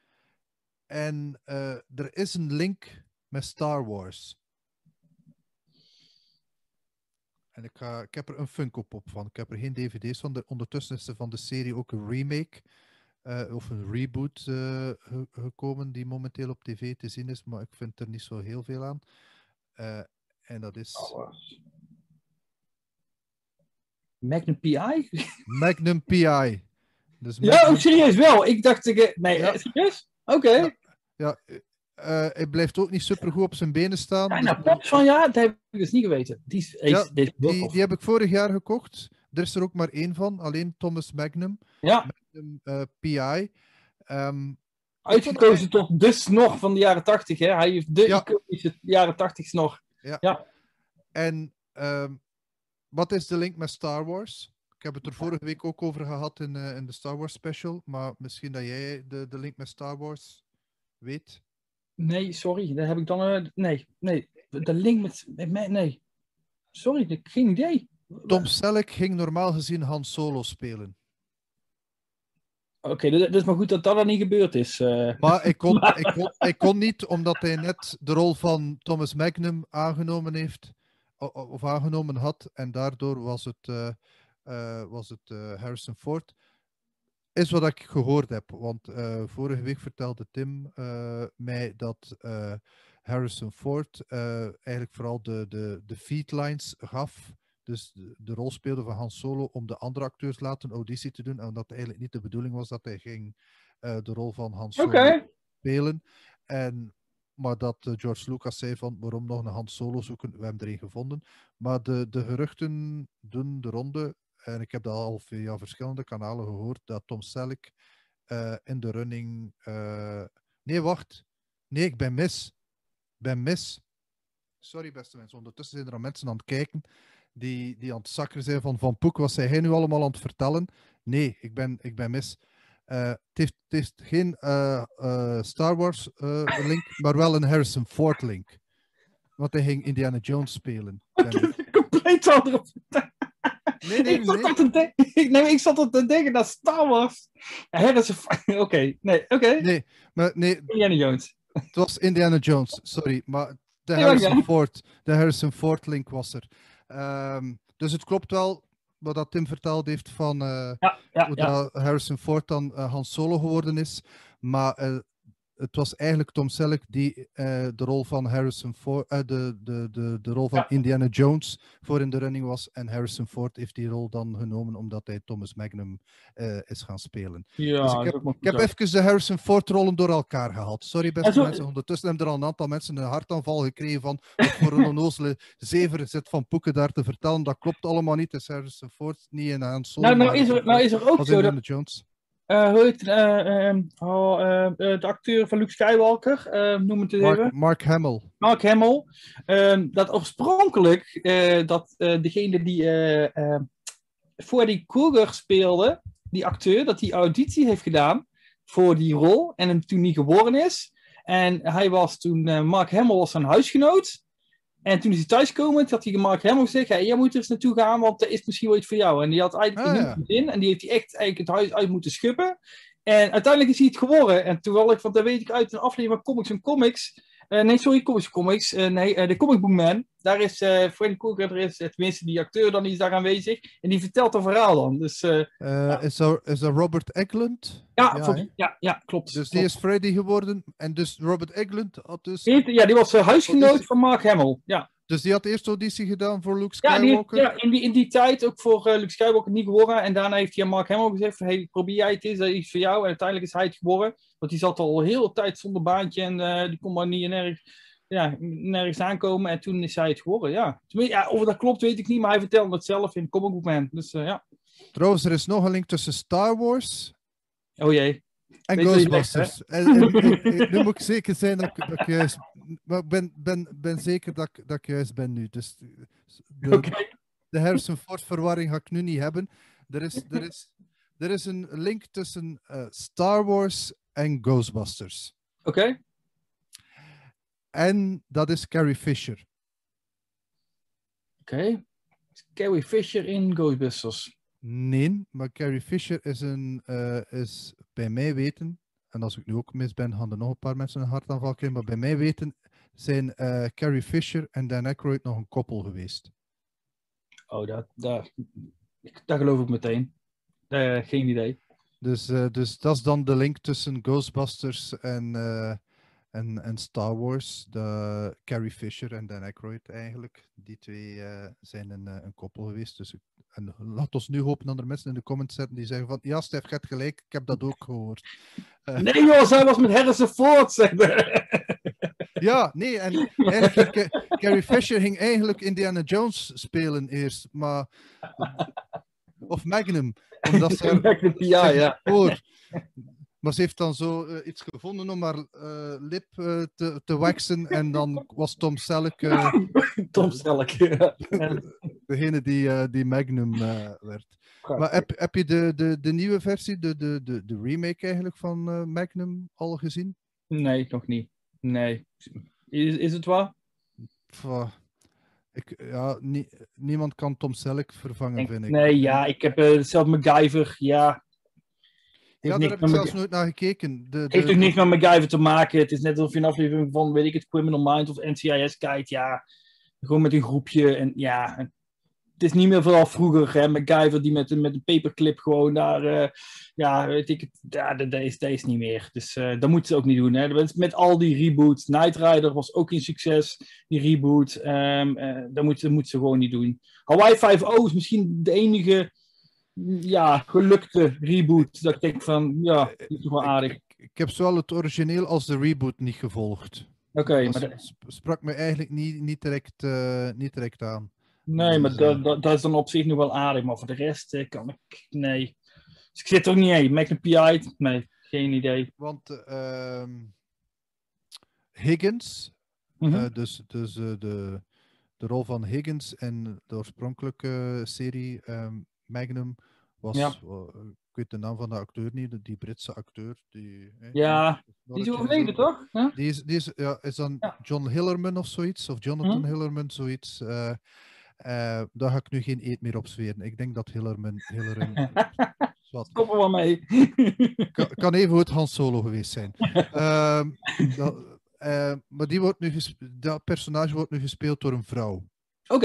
En uh, er is een link met Star Wars. En ik, ga, ik heb er een Funko Pop van. Ik heb er geen D V D's van. De, ondertussen is er van de serie ook een remake. Uh, of een reboot uh, ge- gekomen die momenteel op tv te zien is. Maar ik vind er niet zo heel veel aan. Uh, En dat is... Oh, Magnum P I? Magnum P I. Dus Magnum... Ja, ook serieus wel. Ik dacht... Ik... Nee, ja. serieus? Oké. Okay. Ja, ja uh, hij blijft ook niet supergoed op zijn benen staan. Ja, nou, dus... van ja, dat heb ik dus niet geweten. Die, is, ja, deze die, die heb ik vorig jaar gekocht. Er is er ook maar één van. Alleen Thomas Magnum. Ja. Magnum uh, P I. Um, Uitgekozen tot hij... de snor van de jaren tachtig. Hè? Hij heeft de ja. iconische jaren tachtig snor. Ja. ja. En um, wat is de link met Star Wars? Ik heb het er vorige week ook over gehad in, uh, in de Star Wars special. Maar misschien dat jij de, de link met Star Wars weet. Nee, sorry. Daar heb ik dan... Uh, nee, nee. De link met... met nee. Sorry, ik heb geen idee. Tom Selleck ging normaal gezien Han Solo spelen. Oké, okay, dat is maar goed dat dat dan niet gebeurd is. Uh. Maar ik kon, ik, kon, ik kon niet, omdat hij net de rol van Thomas Magnum aangenomen heeft, of aangenomen had, en daardoor was het, uh, uh, was het uh, Harrison Ford. Is wat ik gehoord heb, want uh, vorige week vertelde Tim uh, mij dat uh, Harrison Ford uh, eigenlijk vooral de, de, de feedlines gaf. Dus de, de rol speelde van Han Solo om de andere acteurs laten auditie te doen. En dat eigenlijk niet de bedoeling was dat hij ging uh, de rol van Han Solo okay. spelen. En, maar dat uh, George Lucas zei van waarom nog een Han Solo zoeken? We hebben er een gevonden. Maar de, de geruchten doen de ronde. En ik heb dat al via verschillende kanalen gehoord. Dat Tom Selleck uh, in de running... Uh... Nee, wacht. Nee, ik ben mis. Ik ben mis. Sorry beste mensen. Ondertussen zijn er al mensen aan het kijken. Die, die aan het zakken zijn van Van Poek. Wat zei hij nu allemaal aan het vertellen? Nee, ik ben, ik ben mis. Uh, het, heeft, het heeft geen uh, uh, Star Wars uh, link, maar wel een Harrison Ford link. Want hij ging Indiana Jones spelen. Compleet andere... Nee, nee, ik, zat nee. Te de- nee, ik zat op te denken dat Star Wars... Harrison... Oké, okay. nee, oké. Okay. Nee, maar nee. Indiana Jones. Het was Indiana Jones, sorry. Maar de Harrison, Ford, de Harrison Ford link was er. Um, dus het klopt wel. wat dat Tim verteld heeft van uh, ja, ja, hoe ja. dat Harrison Ford dan uh, Han Solo geworden is. Maar uh, het was eigenlijk Tom Selleck die uh, de rol van Harrison Ford, uh, de, de, de, de rol van Ja. Indiana Jones voor in de running was. En Harrison Ford heeft die rol dan genomen omdat hij Thomas Magnum uh, is gaan spelen. Ja, dus ik heb, ik heb even de Harrison Ford rollen door elkaar gehaald. Sorry beste zo... mensen, ondertussen hebben er al een aantal mensen een hartaanval gekregen van wat voor een onnozele zever zit van Poeken daar te vertellen. Dat klopt allemaal niet. Het is Harrison Ford, niet in Han Solo. Nou, nou, is er, nou is er ook zo dat... Jones. Uh, hoe heet uh, uh, oh, uh, uh, de acteur van Luke Skywalker, uh, noem het eens Mark, even. Mark Hamill. Mark Hamill. Uh, dat oorspronkelijk, uh, dat uh, degene die uh, uh, voor die Cougar speelde, die acteur, dat die auditie heeft gedaan voor die rol en hem toen niet geworden is. En hij was toen, uh, Mark Hamill was zijn huisgenoot. En toen is hij thuiskomend, had hij Mark Hamill gezegd, hey, jij moet er eens naartoe gaan, want er is misschien wel iets voor jou. En die had eigenlijk ah, niet zin, en die heeft hij echt eigenlijk het huis uit moeten schuppen. En uiteindelijk is hij het geworden. En toevallig, want dat weet ik uit een aflevering van Comics en Comics. Uh, nee, sorry, Comics en Comics. Uh, nee, uh, de Comic Book Man. Daar is uh, Freddy Krueger, er is uh, tenminste die acteur dan, die is daar aanwezig. En die vertelt een verhaal dan. Dus, uh, uh, ja. Is dat is Robert Englund? Ja, ja, voor, ja, ja klopt. Dus klopt. die is Freddy geworden. En dus Robert Englund had dus... Ja, die was uh, huisgenoot van Mark Hamill. Ja. Dus die had eerst auditie gedaan voor Luke Skywalker? Ja, die, ja in, die, in die tijd ook voor uh, Luke Skywalker niet geworden. En daarna heeft hij aan Mark Hamill gezegd van, hey, probeer jij het eens, dat is iets voor jou. En uiteindelijk is hij het geworden. Want die zat al heel de tijd zonder baantje en uh, die kon maar niet nergens, ja, nergens aankomen. En toen is hij het geworden, ja. ja. Of dat klopt, weet ik niet, maar hij vertelde het zelf in Comic Book Man. Dus uh, ja. Trouwens, er is nog een link tussen Star Wars... Oh jee. En weet Ghostbusters. En, en, en, en, nu moet ik zeker zijn dat, dat ik juist... Maar ik ben, ben, ben zeker dat, dat ik juist ben nu. Dus de, okay. de Harrison Ford verwarring ga ik nu niet hebben. Er is, er is, er is een link tussen uh, Star Wars en Ghostbusters. Oké. Okay. En dat is Carrie Fisher. Oké. Okay. Carrie Fisher in Ghostbusters. Nee, maar Carrie Fisher is, een, uh, is bij mij weten, en als ik nu ook mis ben, gaan er nog een paar mensen een hartaanval krijgen, maar bij mij weten zijn uh, Carrie Fisher en Dan Aykroyd nog een koppel geweest. Oh, dat, dat, dat geloof ik meteen. Uh, geen idee. Dus, uh, dus dat is dan de link tussen Ghostbusters en, uh, en, en Star Wars. De Carrie Fisher en Dan Aykroyd eigenlijk. Die twee uh, zijn een, uh, een koppel geweest. Dus ik, en laat ons nu hopen dat er mensen in de comments zetten die zeggen van ja, Stef, je hebt gelijk, ik heb dat ook gehoord. Uh, nee joh, zij was met Harrison Ford, zeg Ja, nee, en eigenlijk ging Carrie Fisher ging eigenlijk Indiana Jones spelen eerst, maar... Of Magnum, omdat ze... Magnum P I, ja. Voor. Maar ze heeft dan zo uh, iets gevonden om haar uh, lip uh, te, te waxen en dan was Tom Selleck... Uh, Tom Selleck, ja. Degene die, uh, die Magnum uh, werd. Goed. Maar heb, heb je de, de, de nieuwe versie, de, de, de, de remake eigenlijk van uh, Magnum al gezien? Nee, nog niet. Nee. Is, is het waar? Pff, ik, ja, nie, niemand kan Tom Selleck vervangen, ik, vind ik. Nee, ja, ik heb uh, zelf MacGyver, ja. Ja, daar heb ik zelfs nooit naar gekeken. De, Het heeft de, ook niks met MacGyver te maken. Het is net alsof je een aflevering van, weet ik het, Criminal Minds of N C I S kijkt. Ja, gewoon met een groepje. En ja, het is niet meer vooral vroeger, hè. MacGyver die met, met een paperclip gewoon daar, uh, ja, weet ik het, ja, dat, dat, is, dat is niet meer. Dus uh, dat moeten ze ook niet doen, hè. Met al die reboots. Knight Rider was ook een succes, die reboot. Um, uh, dat moeten moet ze gewoon niet doen. Hawaii vijf O is misschien de enige... Ja, gelukte reboot. Dat ik denk van, ja, dat is toch wel aardig. Ik, ik, ik heb zowel het origineel als de reboot niet gevolgd. Oké, okay, maar... Dat sprak me eigenlijk niet, niet, direct, uh, niet direct aan. Nee, maar dat, dat, dat is dan op zich nog wel aardig. Maar voor de rest uh, kan ik, nee. Dus ik zit er ook niet in. Magnum P I, nee, geen idee. Want uh, Higgins, mm-hmm. uh, dus, dus uh, de, de rol van Higgins in de oorspronkelijke serie... Um, Magnum was, ja. uh, ik weet de naam van de acteur niet, die Britse acteur. Die, eh, ja, die is overleden toch? Ja? Die is, die is, ja, is dan ja. John Hillerman of zoiets, of Jonathan hm? Hillerman, zoiets. Uh, uh, daar ga ik nu geen eet meer op zweren. Ik denk dat Hillerman... Hillerman Kom er wel mee. kan, kan even goed Han Solo geweest zijn. uh, dat, uh, maar die wordt nu dat personage wordt nu gespeeld door een vrouw. Oké. Okay.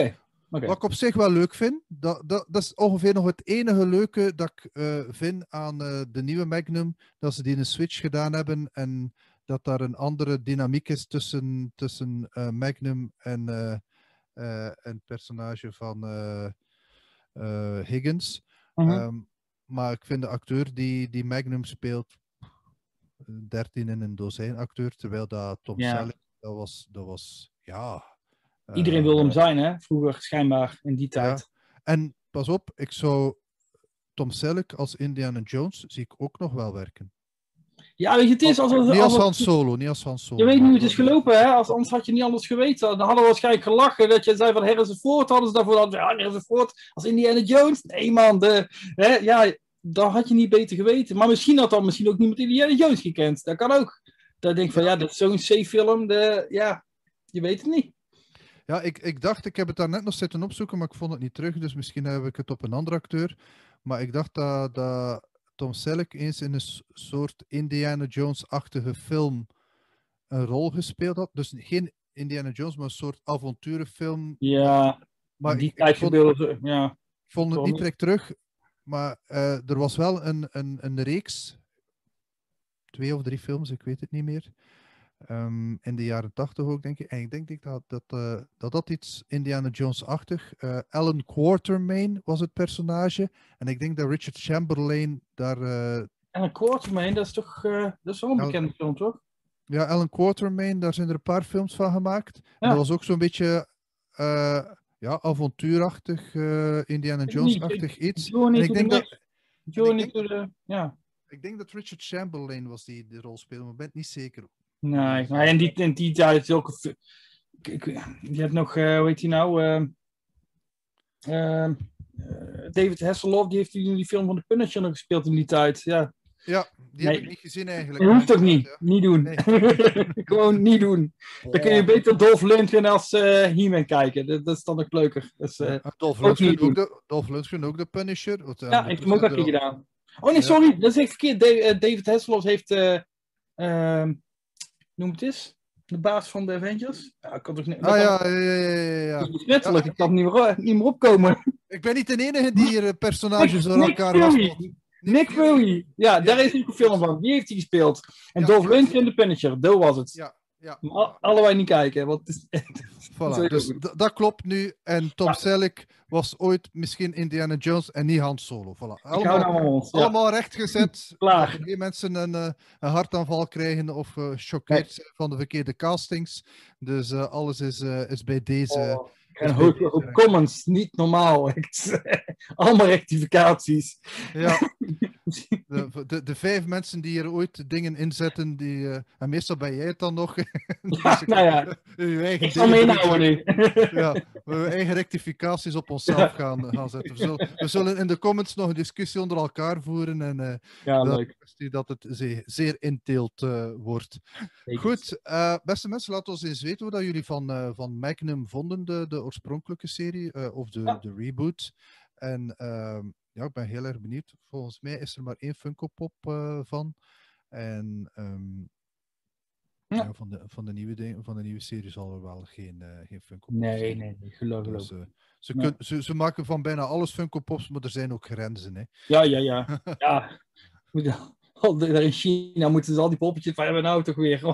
Okay. Wat ik op zich wel leuk vind, dat, dat, dat is ongeveer nog het enige leuke dat ik uh, vind aan uh, de nieuwe Magnum, dat ze die een switch gedaan hebben en dat daar een andere dynamiek is tussen, tussen uh, Magnum en uh, uh, een personage van uh, uh, Higgins. Uh-huh. Um, maar ik vind de acteur die, die Magnum speelt, dertien in een dozijn acteur, terwijl dat Tom Ja. Selleck, dat was, dat was, ja... Iedereen uh, wilde hem zijn, hè? Vroeger, schijnbaar, in die tijd. Ja. En pas op, ik zou Tom Selleck als Indiana Jones zie ik ook nog wel werken. Ja, weet je, het is als... als niet als, als Han Solo, niet als Han Solo. Je weet niet hoe het is gelopen, hè? Als, anders had je niet anders geweten. Dan hadden we waarschijnlijk gelachen dat je zei van Harrison Ford, hadden ze daarvoor dan ja, Harrison Ford als Indiana Jones. Nee, man, de, hè, ja, dan had je niet beter geweten. Maar misschien had dan misschien ook niemand Indiana Jones gekend. Dat kan ook. Dan denk ik van, ja, dat is zo'n C-film, de, ja, je weet het niet. Ja, ik, ik dacht, ik heb het daar net nog zitten opzoeken, maar ik vond het niet terug, dus misschien heb ik het op een andere acteur. Maar ik dacht dat, dat Tom Selleck eens in een soort Indiana Jones-achtige film een rol gespeeld had. Dus geen Indiana Jones, maar een soort avonturenfilm. Ja, maar die ik, tijd ik vond, gebeurde, ja. ik vond het niet direct terug, maar uh, er was wel een, een, een reeks, twee of drie films, ik weet het niet meer. Um, in de jaren tachtig ook, denk ik. En ik denk dat dat, uh, dat, dat iets Indiana Jones-achtig. Uh, Alan Quatermain was het personage. En ik denk dat Richard Chamberlain daar... Uh, Alan Quatermain, dat is toch uh, dat is wel een bekende film, toch? Ja, Alan Quatermain, daar zijn er een paar films van gemaakt. Ja. En dat was ook zo'n beetje uh, ja, avontuurachtig, uh, Indiana Jones-achtig iets. Journey en ik denk dat... Journey to the... Ja. Ik denk dat Richard Chamberlain was die de rol speelde, maar ik ben het niet zeker. Nee, maar in die, in die tijd is ook... Je hebt nog, uh, hoe heet die nou? Uh, uh, David Hasselhoff, die heeft in die film van The Punisher nog gespeeld in die tijd. Ja, ja die nee. heb ik niet gezien eigenlijk. Dat hoeft ook niet. Ja. Niet doen. Nee. Gewoon niet doen. Oh. Dan kun je beter Dolph Lundgren als uh, He-Man kijken. Dat, dat is dan nog leuker. Dus, uh, ja, Dolph Lundgren ook, de, Dolph Lundgren ook de Punisher. Wat, ja, heeft hem ook een keer gedaan. Oh nee, sorry. Ja. Dat is echt verkeerd. David Hasselhoff heeft... Uh, uh, noem het eens. De baas van de Avengers. Ja, ik kan toch niet... Ah ja, ja, ja, ja, ja. Dat is letterlijk. Ja. Ik kan niet meer, niet meer opkomen. Ik ben niet de enige die hier personages door elkaar Nick, Nick Fury. Ja, ja, daar is ook een film van. Die heeft hij gespeeld. En ja, Dolph Lundgren de Punisher. Dat was het. Ja, ja. Maar allebei niet kijken. Want het is... Voilà, dus dat klopt nu. En Tom ja. Selleck was ooit misschien Indiana Jones en niet Han Solo. Voilà. Allemaal, nou ja. allemaal rechtgezet. Klaar. Dat geen mensen een, een hartaanval krijgen of gechoqueerd uh, zijn van de verkeerde castings. Dus uh, alles is, uh, is bij deze... Oh. En hoge op comments, niet normaal. Allemaal rectificaties. Ja. De, de, de vijf mensen die er ooit dingen inzetten, die, uh, en meestal ben jij het dan nog. dus ja, nou ja, uw eigen ik zal meenemen nu. Ja, we eigen rectificaties op onszelf ja. gaan, gaan zetten. We zullen, we zullen in de comments nog een discussie onder elkaar voeren en uh, ja, dat, leuk. dat het zeer, zeer inteelt uh, wordt. Zeker. Goed, uh, beste mensen, laten we eens weten wat jullie van, uh, van Magnum vonden, de, de oorspronkelijke serie, uh, of de, ja. de reboot. En uh, ja, ik ben heel erg benieuwd. Volgens mij is er maar één Funko Pop uh, van. En um, ja. Ja, van, de, van, de nieuwe ding, van de nieuwe serie zal er wel geen, uh, geen Funko Pop nee, zijn. Nee, nee, geloof ik. Dus, uh, ze, nee. ze, ze maken van bijna alles Funko Pops, maar er zijn ook grenzen. Hè. Ja, ja, ja. ja. Daar in China moeten ze al die poppetjes van hebben nou toch weer.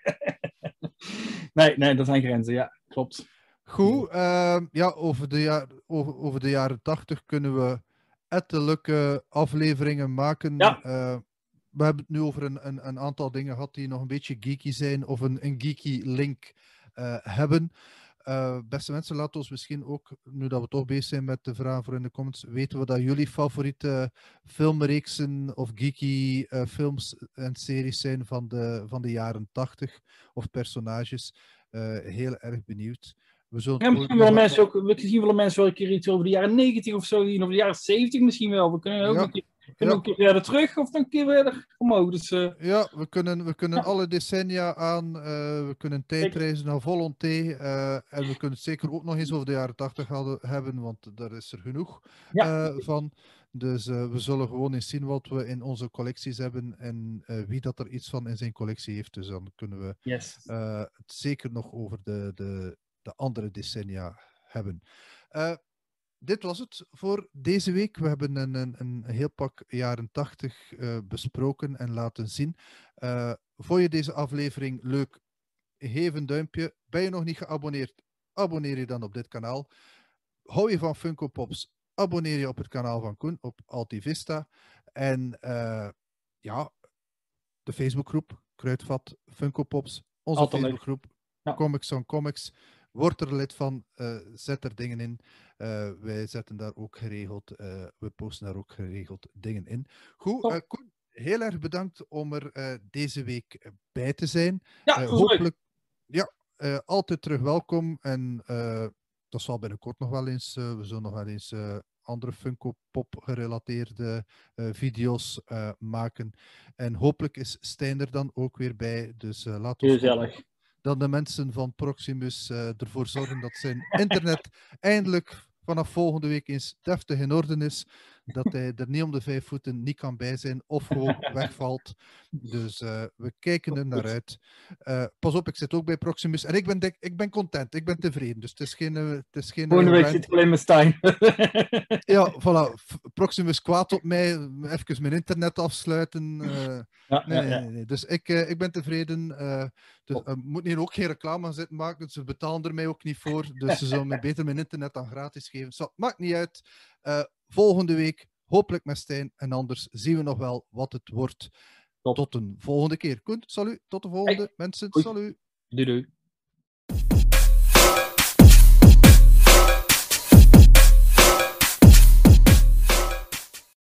nee, nee, dat zijn grenzen, ja, klopt. Goed, uh, ja, over de, jaar, over, over de jaren tachtig kunnen we ettelijke afleveringen maken. Ja. Uh, we hebben het nu over een, een, een aantal dingen gehad die nog een beetje geeky zijn of een, een geeky link uh, hebben. Uh, beste mensen, laten we ons misschien ook, nu dat we toch bezig zijn met de vragen voor in de comments, weten we dat jullie favoriete filmreeksen of geeky uh, films en series zijn van de, van de jaren tachtig of personages. Uh, heel erg benieuwd. We zullen ja, misschien willen mensen ook, misschien willen mensen wel een keer iets over de jaren negentig of zo, of de jaren zeventig misschien wel. We kunnen ook ja. een keer, kunnen ja. ook een keer verder terug of een keer verder omhoog. Dus, uh... Ja, we kunnen, we kunnen ja. alle decennia aan, uh, we kunnen tijdreizen naar volonté uh, en we kunnen het zeker ook nog eens over de jaren tachtig hebben, want daar is er genoeg ja. uh, van. Dus uh, we zullen gewoon eens zien wat we in onze collecties hebben en uh, wie dat er iets van in zijn collectie heeft. Dus dan kunnen we yes. uh, het zeker nog over de, de, de andere decennia hebben. Uh, dit was het voor deze week. We hebben een, een, een heel pak jaren tachtig uh, besproken en laten zien. Uh, vond je deze aflevering leuk? Geef een duimpje. Ben je nog niet geabonneerd? Abonneer je dan op dit kanaal. Hou je van Funko Pops? Abonneer je op het kanaal van Koen op Altivista. En uh, ja, de Facebookgroep Kruidvat Funko Pops. Onze Altijd Facebookgroep ja. Comics on Comics. Word er lid van. Uh, zet er dingen in. Uh, wij zetten daar ook geregeld. Uh, we posten daar ook geregeld dingen in. Goed, uh, Koen, heel erg bedankt om er uh, deze week bij te zijn. Ja, uh, hopelijk. Ja, uh, altijd terug welkom. En uh, dat zal binnenkort nog wel eens. Uh, we zullen nog wel eens. Uh, andere Funko Pop gerelateerde uh, video's uh, maken. En hopelijk is Stijn er dan ook weer bij. Dus uh, laten we gezellig dat de mensen van Proximus uh, ervoor zorgen dat zijn internet eindelijk vanaf volgende week eens deftig in orde is. Dat hij er niet om de vijf voeten niet kan bij zijn of gewoon wegvalt. Dus uh, we kijken er naar uit. Uh, pas op, ik zit ook bij Proximus en ik ben, de, ik ben content, ik ben tevreden. Dus het is geen... Uh, het is geen Volgende week zit alleen maar Stijn. Ja, voilà. Proximus kwaad op mij. Even mijn internet afsluiten. Uh, ja, nee, ja, ja. nee, nee. Dus ik, uh, ik ben tevreden. Uh, dus, uh, moet hier ook geen reclame aan zitten maken. Dus ze betalen er mij ook niet voor. Dus ze zullen mij beter mijn internet dan gratis geven. Zo, maakt niet uit. Uh, volgende week hopelijk met Stijn. En anders zien we nog wel wat het wordt. Top. Tot een volgende keer. Koen, salut. Tot de volgende. Hey. Mensen, salut. Doei doei.